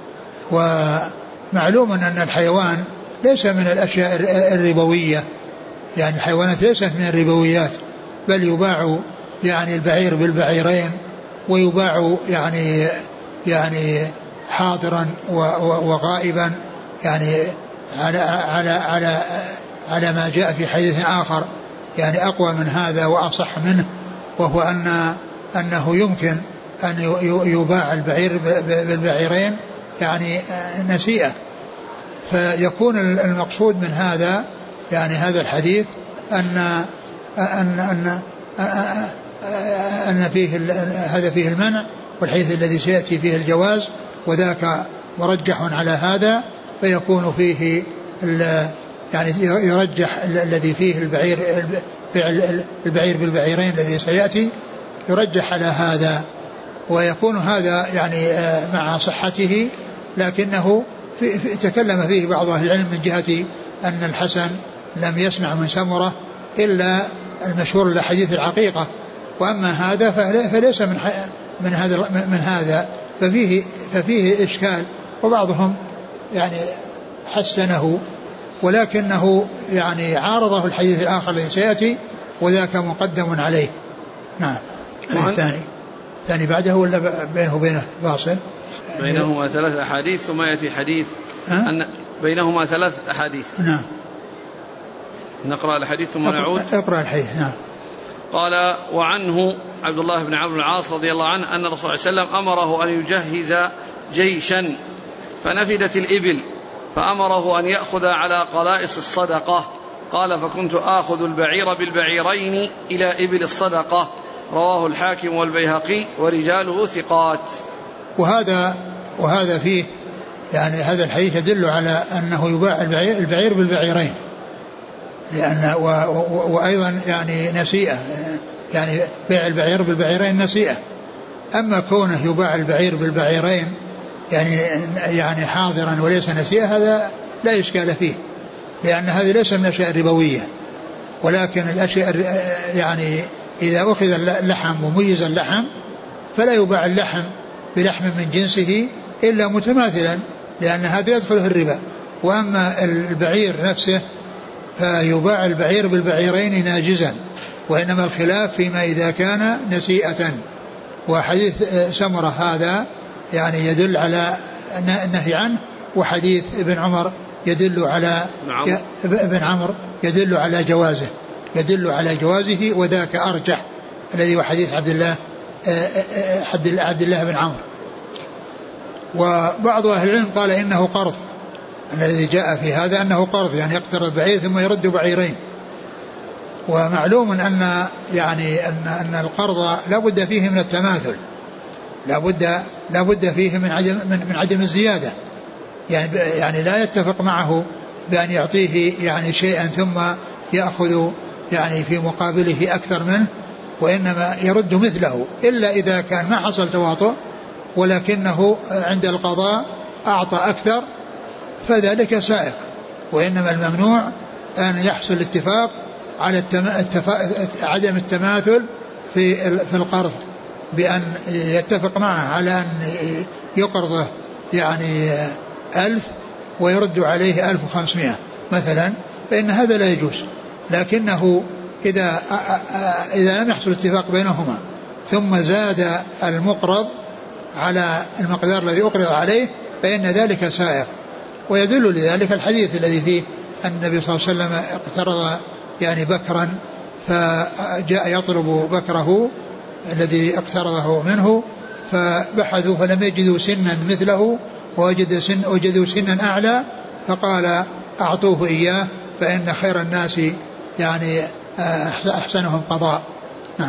B: ومعلوم أن الحيوان ليس من الأشياء الربوية، يعني الحيوانات ليست من الربويات، بل يباع يعني البعير بالبعيرين، ويباع يعني يعني حاضرا وغائبا، يعني على على على على ما جاء في حديث آخر يعني أقوى من هذا وأصح منه، وهو أن أنه يمكن أن يباع البعير بالبعيرين يعني نسيئة. فيكون المقصود من هذا يعني هذا الحديث أن أن أن أن فيه هذا فيه المنع، والحديث الذي سيأتي فيه الجواز، وذاك مرجح على هذا، فيكون فيه يعني يرجح الذي فيه البعير البعير بالبعيرين الذي سيأتي يرجح على هذا، ويكون هذا يعني مع صحته، لكنه في في تكلم فيه بعض أهل العلم من جهة أن الحسن لم يسمع من سمرة إلا المشهور لحديث العقيقة، وأما هذا فليس من من هذا من هذا ففيه ففيه إشكال، وبعضهم يعني حسنه، ولكنه يعني عارضه الحديث الآخر الذي سيأتي، وذاك مقدم عليه. نعم. الثاني الثاني بعده ولا بينه وبينه فاصل؟
A: بينهما ثلاث أحاديث ثم يأتي حديث أن بينهما ثلاث أحاديث.
B: نعم.
A: نقرأ الحديث ثم نعود.
B: اقرأ الحديث. نعم.
A: قال وعنه عبد الله بن عمرو بن العاص رضي الله عنه أن الرسول صلى الله عليه وسلم أمره أن يجهز جيشا فنفدت الإبل، فأمره أن يأخذ على قلائص الصدقة، قال فكنت آخذ البعير بالبعيرين إلى إبل الصدقة، رواه الحاكم والبيهقي ورجاله ثقات.
B: وهذا وهذا فيه يعني هذا الحديث يدل على أنه يباع البعير, البعير بالبعيرين، لأن و و وأيضا يعني نسيئة، يعني بيع البعير بالبعيرين نسيئة. أما كونه يباع البعير بالبعيرين يعني يعني حاضرا وليس نسيئة هذا لا إشكال فيه، لأن هذه ليس من الأشياء الربوية، ولكن الأشياء يعني إذا أخذ اللحم وميز اللحم فلا يباع اللحم بلحم من جنسه إلا متماثلا، لأن هذا يدخله الربا. وأما البعير نفسه فيباع البعير بالبعيرين ناجزا، وإنما الخلاف فيما إذا كان نسيئة. وحديث سمرة هذا يعني يدل على النهي عنه، وحديث ابن عمر يدل على ابن عمر يدل على جوازه يدل على جوازه وذاك أرجح الذي هو حديث عبد الله عبد الله بن عمرو. وبعض أهل العلم قال إنه قرض، أن الذي جاء في هذا أنه قرض، يعني يقترض بعير ثم يرد بعيرين. ومعلوم أن يعني أن أن القرض لا بد فيه من التماثل، لا بد لا بد فيه من عدم من, من عدم الزيادة، يعني يعني لا يتفق معه بأن يعطيه يعني شيئا ثم يأخذ يعني في مقابله أكثر منه، وإنما يرد مثله، إلا إذا كان ما حصل تواطؤ ولكنه عند القضاء أعطى أكثر فذلك سائغ. وإنما الممنوع أن يحصل اتفاق على التفا... عدم التماثل في في القرض، بأن يتفق معه على أن يقرضه يعني ألف ويرد عليه ألف وخمسمائة مثلا، فإن هذا لا يجوز. لكنه إذا إذا لم يحصل اتفاق بينهما ثم زاد المقرض على المقدار الذي أقرض عليه فإن ذلك سائغ. ويدل لذلك الحديث الذي فيه النبي صلى الله عليه وسلم اقترض يعني بكرا، فجاء يطلب بكره الذي اقترضه منه، فبحثوا فلم يجدوا سنا مثله ووجدوا سن وجدوا سنا أعلى، فقال أعطوه إياه فإن خير الناس يعني أحسنهم قضاء. نعم.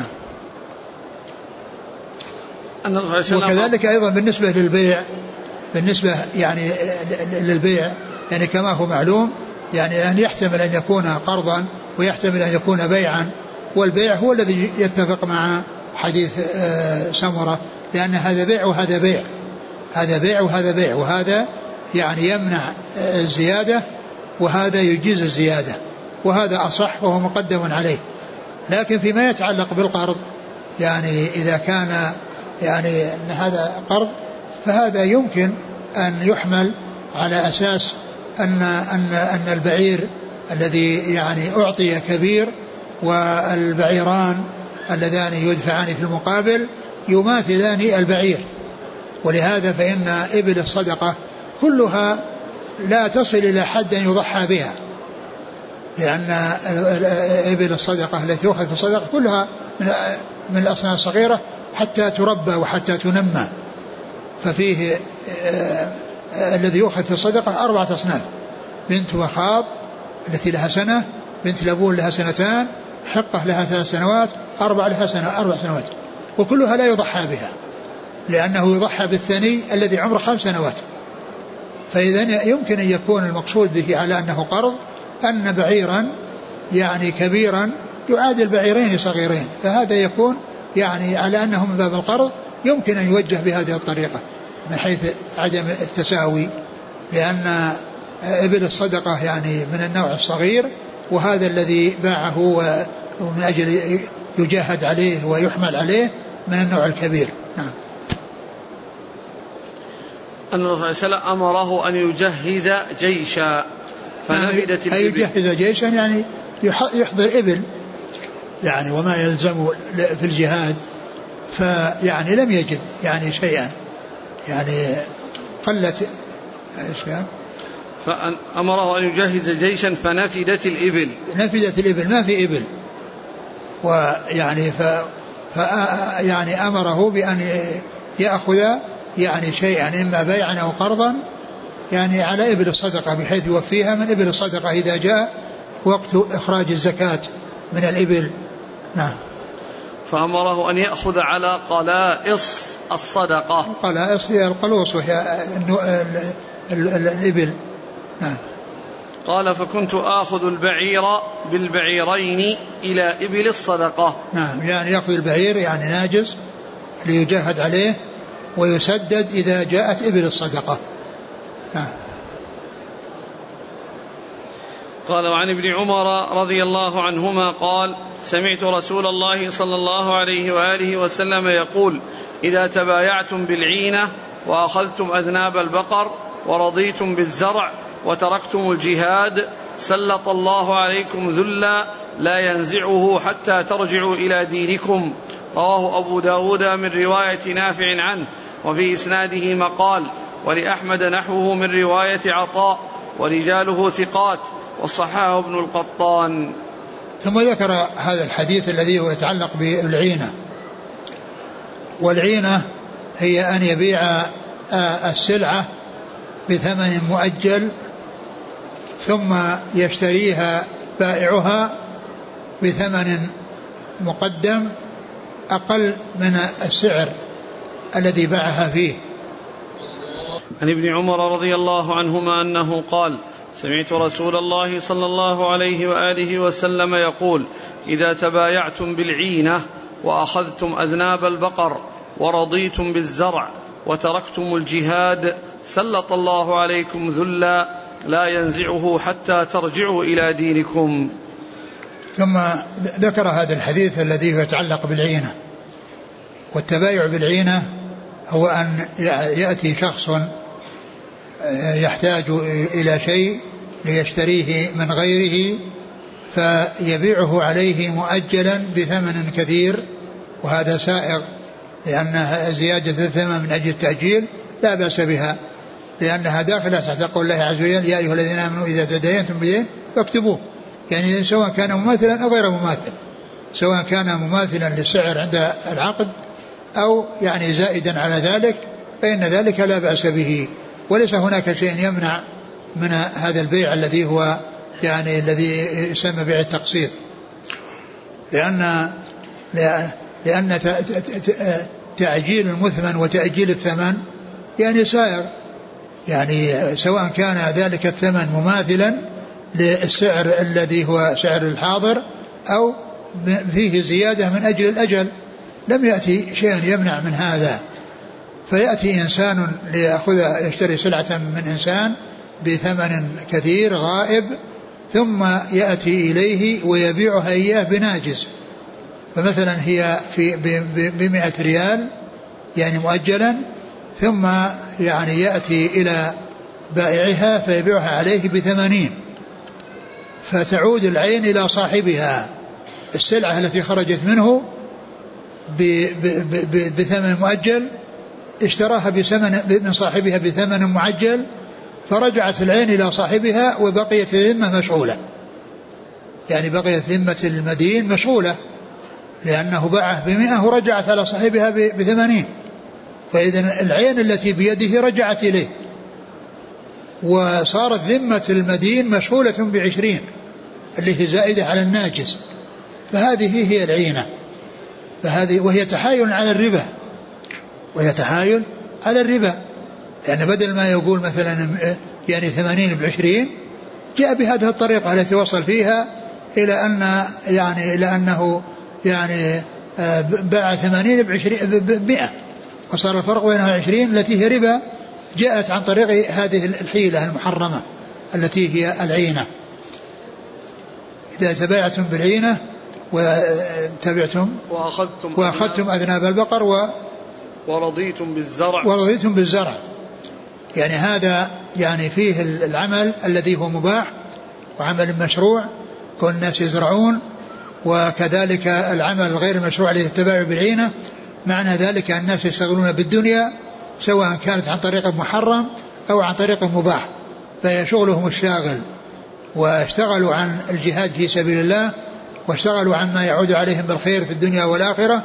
B: وكذلك أيضا بالنسبة للبيع، بالنسبة يعني للبيع يعني كما هو معلوم يعني أن يحتمل أن يكون قرضا ويحتمل أن يكون بيعا، والبيع هو الذي يتفق مع حديث سمرة، لأن هذا بيع وهذا بيع، هذا بيع وهذا بيع، وهذا يعني يمنع الزيادة وهذا يجيز الزيادة، وهذا أصح وهو مقدم عليه. لكن فيما يتعلق بالقرض يعني إذا كان يعني أن هذا قرض فهذا يمكن أن يحمل على أساس أن أن أن البعير الذي يعني أعطي كبير والبعيران اللذان يدفعان في المقابل يماثلان البعير، ولهذا فإن إبل الصدقة كلها لا تصل إلى حد أن يضحى بها، لأن إبل الصدقة التي تؤخذ في الصدقة كلها من من الأصناف الصغيرة حتى تربى وحتى تنمى. ففيه آه الذي يؤخذ في الصدقة أربعة أصناف: بنت وخاض التي لها سنة، بنت لبون لها سنتان، حقة لها ثلاث سنوات، أربع لها سنة أربع سنوات، وكلها لا يضحى بها لأنه يضحى بالثاني الذي عمره خمس سنوات. فإذا يمكن أن يكون المقصود به على أنه قرض أن بعيرا يعني كبيرا يعادل بعيرين صغيرين، فهذا يكون يعني على أنه من باب القرض يمكن أن يوجه بهذه الطريقة من حيث عدم التساوي، لأن إبل الصدقة يعني من النوع الصغير، وهذا الذي باعه ومن أجل يجاهد عليه ويحمل عليه من النوع الكبير. نعم.
A: أن الرسول صلى الله عليه وسلم أمره أن يجهز جيشا فنفدت
B: الإبل. أي يجهز جيشا يعني يحضر إبل يعني وما يلزم في الجهاد، فيعني لم يجد يعني شيئا يعني قلت ايش كان،
A: فأمره أن يجهز جيشا فنفدت الإبل.
B: نفدت الإبل ما في إبل، ويعني ف... ف يعني أمره بأن يأخذ يعني شيئا إما بيعا أو قرضا يعني على إبل الصدقة بحيث يوفيها من إبل الصدقة إذا جاء وقت إخراج الزكاة من الإبل. نعم.
A: فأمره أن يأخذ على قلائص الصدقة.
B: القلائص هي القلوص وهي الإبل. نعم.
A: قال فكنت آخذ البعير بالبعيرين إلى إبل الصدقة.
B: نعم يعني يأخذ البعير يعني ناجز ليجاهد عليه ويسدد إذا جاءت إبل الصدقة. نعم.
A: قال وعن ابن عمر رضي الله عنهما قال سمعت رسول الله صلى الله عليه وآله وسلم يقول إذا تبايعتم بالعينة وأخذتم أذناب البقر ورضيتم بالزرع وتركتم الجهاد سلط الله عليكم ذلا لا ينزعه حتى ترجعوا إلى دينكم. رواه أبو داود من رواية نافع عنه وفي إسناده مقال، ولأحمد نحوه من رواية عطاء ورجاله ثقات وصححه ابن القطان.
B: ثم ذكر هذا الحديث الذي هو يتعلق بالعينة، والعينة هي أن يبيع السلعة بثمن مؤجل ثم يشتريها بائعها بثمن مقدم أقل من السعر الذي باعها فيه.
A: عن ابن عمر رضي الله عنهما أنه قال سمعت رسول الله صلى الله عليه وآله وسلم يقول إذا تبايعتم بالعينة وأخذتم أذناب البقر ورضيتم بالزرع وتركتم الجهاد سلط الله عليكم ذلا لا ينزعه حتى ترجعوا إلى دينكم.
B: ثم ذكر هذا الحديث الذي يتعلق بالعينة. والتبايع بالعينة هو أن يأتي شخص يحتاج إلى شيء ليشتريه من غيره فيبيعه عليه مؤجلا بثمن كثير، وهذا سائغ لأن زيادة الثمن من أجل التأجيل لا بأس بها، لأنها داخلة تحت قول الله عز وجل يا أيها الذين آمنوا إذا تداينتم بدين فاكتبوه، يعني سواء كان مماثلا أو غير مماثل. سواء كان مماثلا للسعر عند العقد أو يعني زائدا على ذلك، فإن ذلك لا بأس به، وليس هناك شيء يمنع من هذا البيع الذي هو يعني الذي يسمى بيع التقسيط، لأن لأن تعجيل المثمن وتأجيل الثمن يعني سائر، يعني سواء كان ذلك الثمن مماثلا للسعر الذي هو سعر الحاضر أو فيه زيادة من أجل الأجل، لم يأتي شيء يمنع من هذا. فيأتي إنسان ليأخذ يشتري سلعة من إنسان بثمن كثير غائب، ثم يأتي إليه ويبيعها إياه بناجز، فمثلا هي في بمئة ريال يعني مؤجلا، ثم يعني يأتي إلى بائعها فيبيعها عليه بثمانين، فتعود العين إلى صاحبها، السلعة التي خرجت منه بثمن مؤجل اشتراها بثمن من صاحبها بثمن معجل، فرجعت العين إلى صاحبها وبقيت الذمة مشغولة، يعني بقيت ذمة المدين مشغولة لأنه باعه بمئة ورجعت على صاحبها بثمانين، فإذا العين التي بيده رجعت إليه، وصارت ذمة المدين مشغولة بعشرين اللي هي زائدة على الناجز، فهذه هي العينة، فهذه وهي تحايل على الربا، وهي تحايل على الربا، لأن بدل ما يقول مثلا يعني ثمانين بعشرين جاء بهذه الطريقة التي وصل فيها إلى أن يعني إلى أنه يعني باع ثمانين بعشرين بمئة، وصار الفرق بينها عشرين التي هي ربا، جاءت عن طريق هذه الحيلة المحرمة التي هي العينة. إذا تبايعتم بالعينة وتبعتم
A: وأخذتم,
B: وأخذتم أذناب البقر و
A: ورضيتم بالزرع
B: ورضيتم بالزرع، يعني هذا يعني فيه العمل الذي هو مباح وعمل مشروع كون الناس يزرعون، وكذلك العمل الغير مشروع الذي التبايع بالعينة، معنى ذلك أن الناس يشتغلون بالدنيا سواء كانت عن طريق محرم أو عن طريق مباح، فيشغلهم الشاغل، واشتغلوا عن الجهاد في سبيل الله، واشتغلوا عن ما يعود عليهم بالخير في الدنيا والآخرة،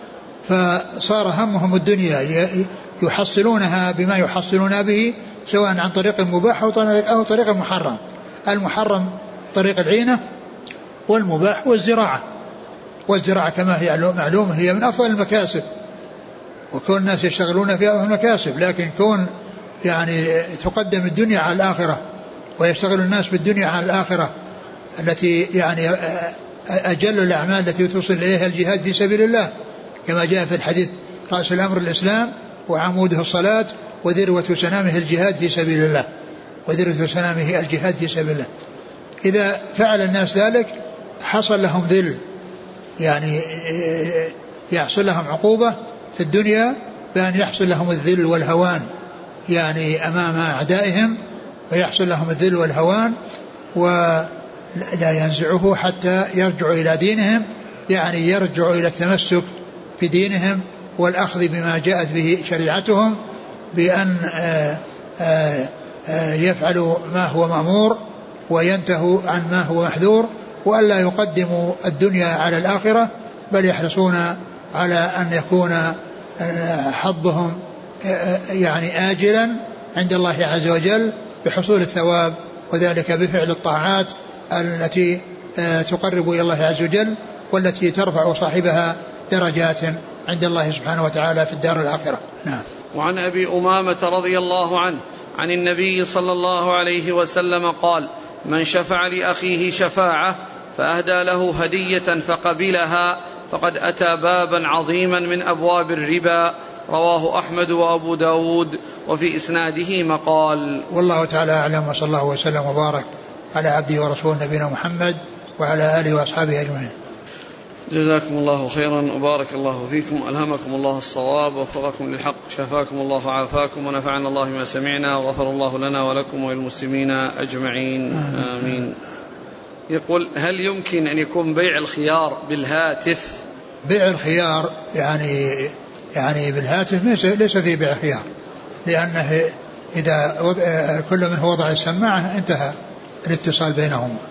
B: فصار همهم الدنيا يحصلونها بما يحصلون به سواء عن طريق مباح أو طريق محرم. المحرم طريق العينة، والمباح والزراعة، والزراعة كما هي معلومة هي من أفضل المكاسب، وكون الناس يشتغلون في أفضل المكاسب، لكن كون يعني تقدم الدنيا على الآخرة ويشتغل الناس بالدنيا على الآخرة التي يعني أجل الأعمال التي توصل إليها الجهاد في سبيل الله، كما جاء في الحديث رأس الأمر الإسلام وعموده الصلاة وذروة سنامه الجهاد في سبيل الله، وذروة سنامه الجهاد في سبيل الله. إذا فعل الناس ذلك حصل لهم ذل، يعني يحصل لهم عقوبة في الدنيا بأن يحصل لهم الذل والهوان يعني أمام أعدائهم، ويحصل لهم الذل والهوان ولا ينزعه حتى يرجعوا إلى دينهم، يعني يرجعوا إلى التمسك في دينهم والأخذ بما جاءت به شريعتهم، بأن آآ آآ يفعلوا ما هو مأمور وينتهوا عن ما هو محذور، وألا يقدموا الدنيا على الآخرة، بل يحرصون على أن يكون حظهم يعني آجلا عند الله عز وجل بحصول الثواب، وذلك بفعل الطاعات التي تقرب إلى الله عز وجل، والتي ترفع صاحبها درجات عند الله سبحانه وتعالى في الدار الآخرة. نعم.
A: وعن أبي أمامة رضي الله عنه عن النبي صلى الله عليه وسلم قال: من شفع لأخيه شفاعة فأهدى له هدية فقبلها فقد أتى بابا عظيما من أبواب الربا. رواه أحمد وأبو داود، وفي إسناده مقال.
B: والله تعالى أعلم، وصلى الله وسلم وبارك على عبده ورسوله نبينا محمد وعلى آله وأصحابه أجمعين.
A: جزاكم الله خيرا وبارك الله فيكم، ألهمكم الله الصواب ووفقكم للحق، شفاكم الله وعافاكم، ونفعنا الله بما سمعنا، وغفر الله لنا ولكم وللمسلمين أجمعين، آمين. يقول: هل يمكن أن يكون بيع الخيار بالهاتف؟
B: بيع الخيار يعني يعني بالهاتف ليس فيه بيع خيار، لأنه إذا كل منه وضع السماعة انتهى الاتصال بينهما.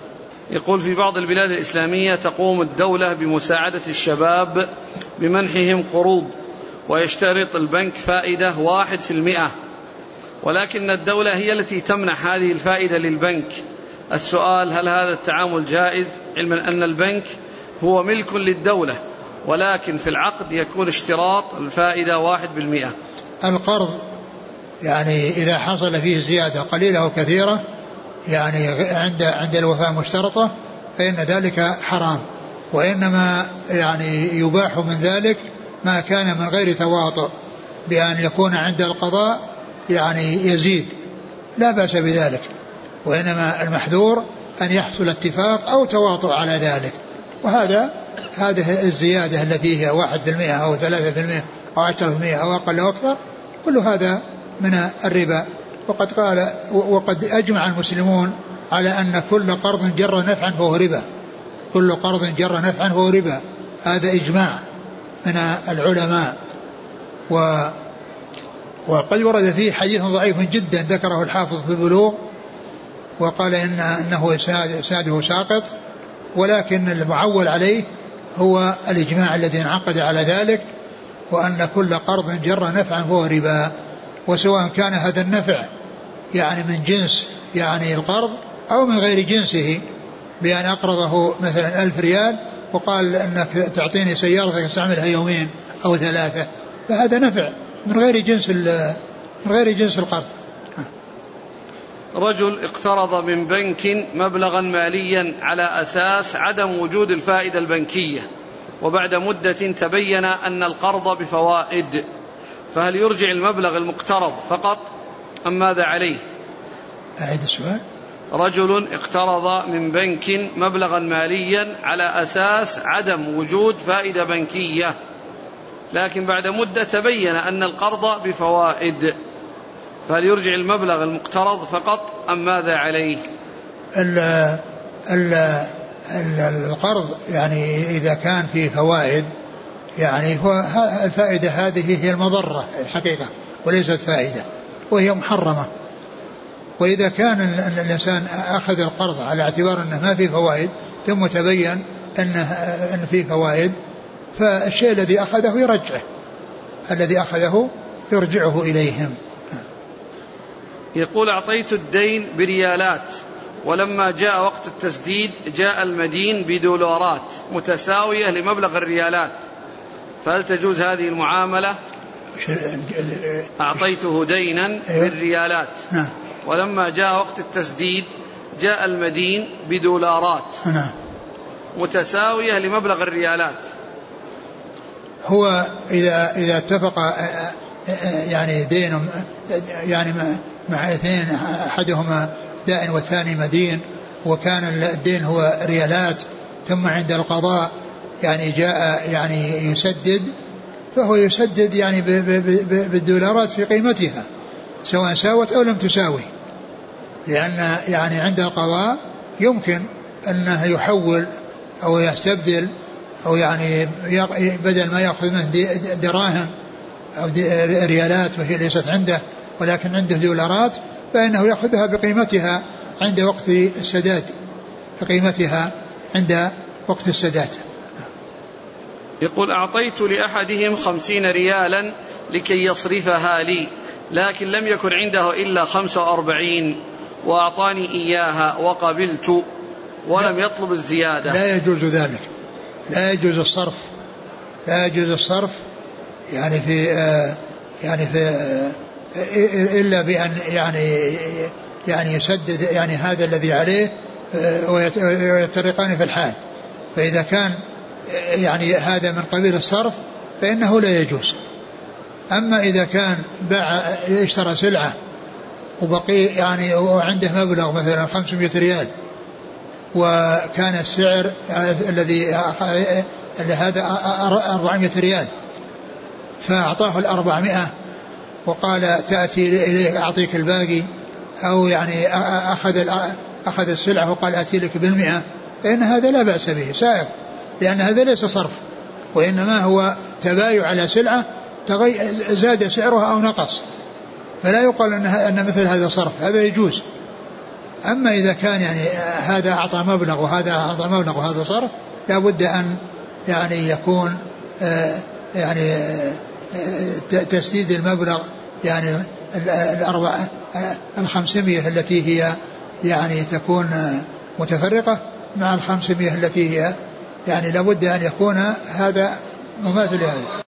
A: يقول في بعض البلاد الإسلامية تقوم الدولة بمساعدة الشباب بمنحهم قروض ويشترط البنك فائدة واحد في المئة، ولكن الدولة هي التي تمنح هذه الفائدة للبنك. السؤال: هل هذا التعامل جائز، علما أن البنك هو ملك للدولة ولكن في العقد يكون اشتراط الفائدة واحد بالمئة؟
B: القرض يعني إذا حصل فيه زيادة قليلة أو كثيرة يعني عند عند الوفاة مشترطة فإن ذلك حرام، وإنما يعني يباح من ذلك ما كان من غير تواطؤ، بأن يكون عند القضاء يعني يزيد لا بأس بذلك، وإنما المحذور أن يحصل اتفاق أو تواطؤ على ذلك. وهذا هذه الزيادة التي هي واحد في المئة أو ثلاثة في المئة أو عشرة في المئة أو أقل أو أكثر، كل هذا من الربا. وقد قال وقد أجمع المسلمون على أن كل قرض جر نفعا فهو ربا، كل قرض جر نفعا فهو ربا، هذا إجماع من العلماء. و وقد ورد فيه حديث ضعيف جدا ذكره الحافظ في البلوغ وقال إن أنه إسناده ساقط، ولكن المعول عليه هو الإجماع الذي انعقد على ذلك، وأن كل قرض جر نفعا فهو ربا، وسواء كان هذا النفع يعني من جنس يعني القرض أو من غير جنسه، بأن أقرضه مثلا ألف ريال وقال أنك تعطيني سيارتك استعملها يومين أو ثلاثة، فهذا نفع من غير جنس من غير جنس القرض.
A: رجل اقترض من بنك مبلغا ماليا على أساس عدم وجود الفائدة البنكية، وبعد مدة تبين أن القرض بفوائد، فهل يرجع المبلغ المقترض فقط أم ماذا عليه؟
B: أعيد السؤال.
A: رجل اقترض من بنك مبلغا ماليا على أساس عدم وجود فائدة بنكية، لكن بعد مدة تبين أن القرض بفوائد، فهل يرجع المبلغ المقترض فقط أم ماذا عليه؟
B: ال ال ال القرض يعني إذا كان فيه فوائد يعني هو الفائدة هذه هي المضرة الحقيقة وليست فائدة، وهي محرمة. وإذا كان الإنسان أخذ القرض على اعتبار أنه ما فيه فوائد ثم تبين أنه أن فيه فوائد، فالشيء الذي أخذه يرجعه، الذي أخذه يرجعه إليهم.
A: يقول: أعطيت الدين بريالات، ولما جاء وقت التسديد جاء المدين بدولارات متساوية لمبلغ الريالات، فهل تجوز هذه المعاملة؟ أعطيته دينا بالريالات ولما جاء وقت التسديد جاء المدين بدولارات متساوية لمبلغ الريالات.
B: هو إذا إذا اتفق يعني دين يعني مع اثنين أحدهما دائن والثاني مدين، وكان الدين هو ريالات، ثم عند القضاء يعني جاء يعني يسدد، فهو يسدد يعني بالدولارات في قيمتها سواء ساوت أو لم تساوي، لأن يعني عند القضاء يمكن أنه يحول أو يستبدل أو يعني بدل ما يأخذ منه دراهم أو ريالات وهي ليست عنده ولكن عنده دولارات، فإنه يأخذها بقيمتها عند وقت السداد، بقيمتها عند وقت السداد.
A: يقول: أعطيت لأحدهم خمسين ريالا لكي يصرفها لي، لكن لم يكن عنده إلا خمسة وأربعين وأعطاني إياها وقبلت ولم يطلب الزيادة.
B: لا يجوز ذلك، لا يجوز الصرف، لا يجوز الصرف يعني في آه يعني في آه إلا بأن يعني يعني يسدد يعني هذا الذي عليه آه ويتفرقان في الحال. فإذا كان يعني هذا من قبيل الصرف فإنه لا يجوز. أما إذا كان باع اشترى سلعة وبقي يعني وعنده مبلغ مثلا خمسمائة ريال، وكان السعر الذي هذا أربعمائة ريال، فأعطاه الأربعمائة وقال تأتي إليه أعطيك الباقي، أو يعني أخذ أخذ السلعة وقال أتي لك بالمئة، فإن هذا لا بأس به سائغ، لأن هذا ليس صرف، وإنما هو تبايع على سلعة زاد سعرها أو نقص، فلا يقال أن مثل هذا صرف، هذا يجوز. أما إذا كان يعني هذا أعطى مبلغ وهذا أعطى مبلغ وهذا صرف لا بد أن يعني يكون يعني تسديد المبلغ يعني الأربعة الخمسمية التي هي يعني تكون متفرقة مع الخمسمية التي هي يعني لابد أن يكون هذا مماثل لهذا.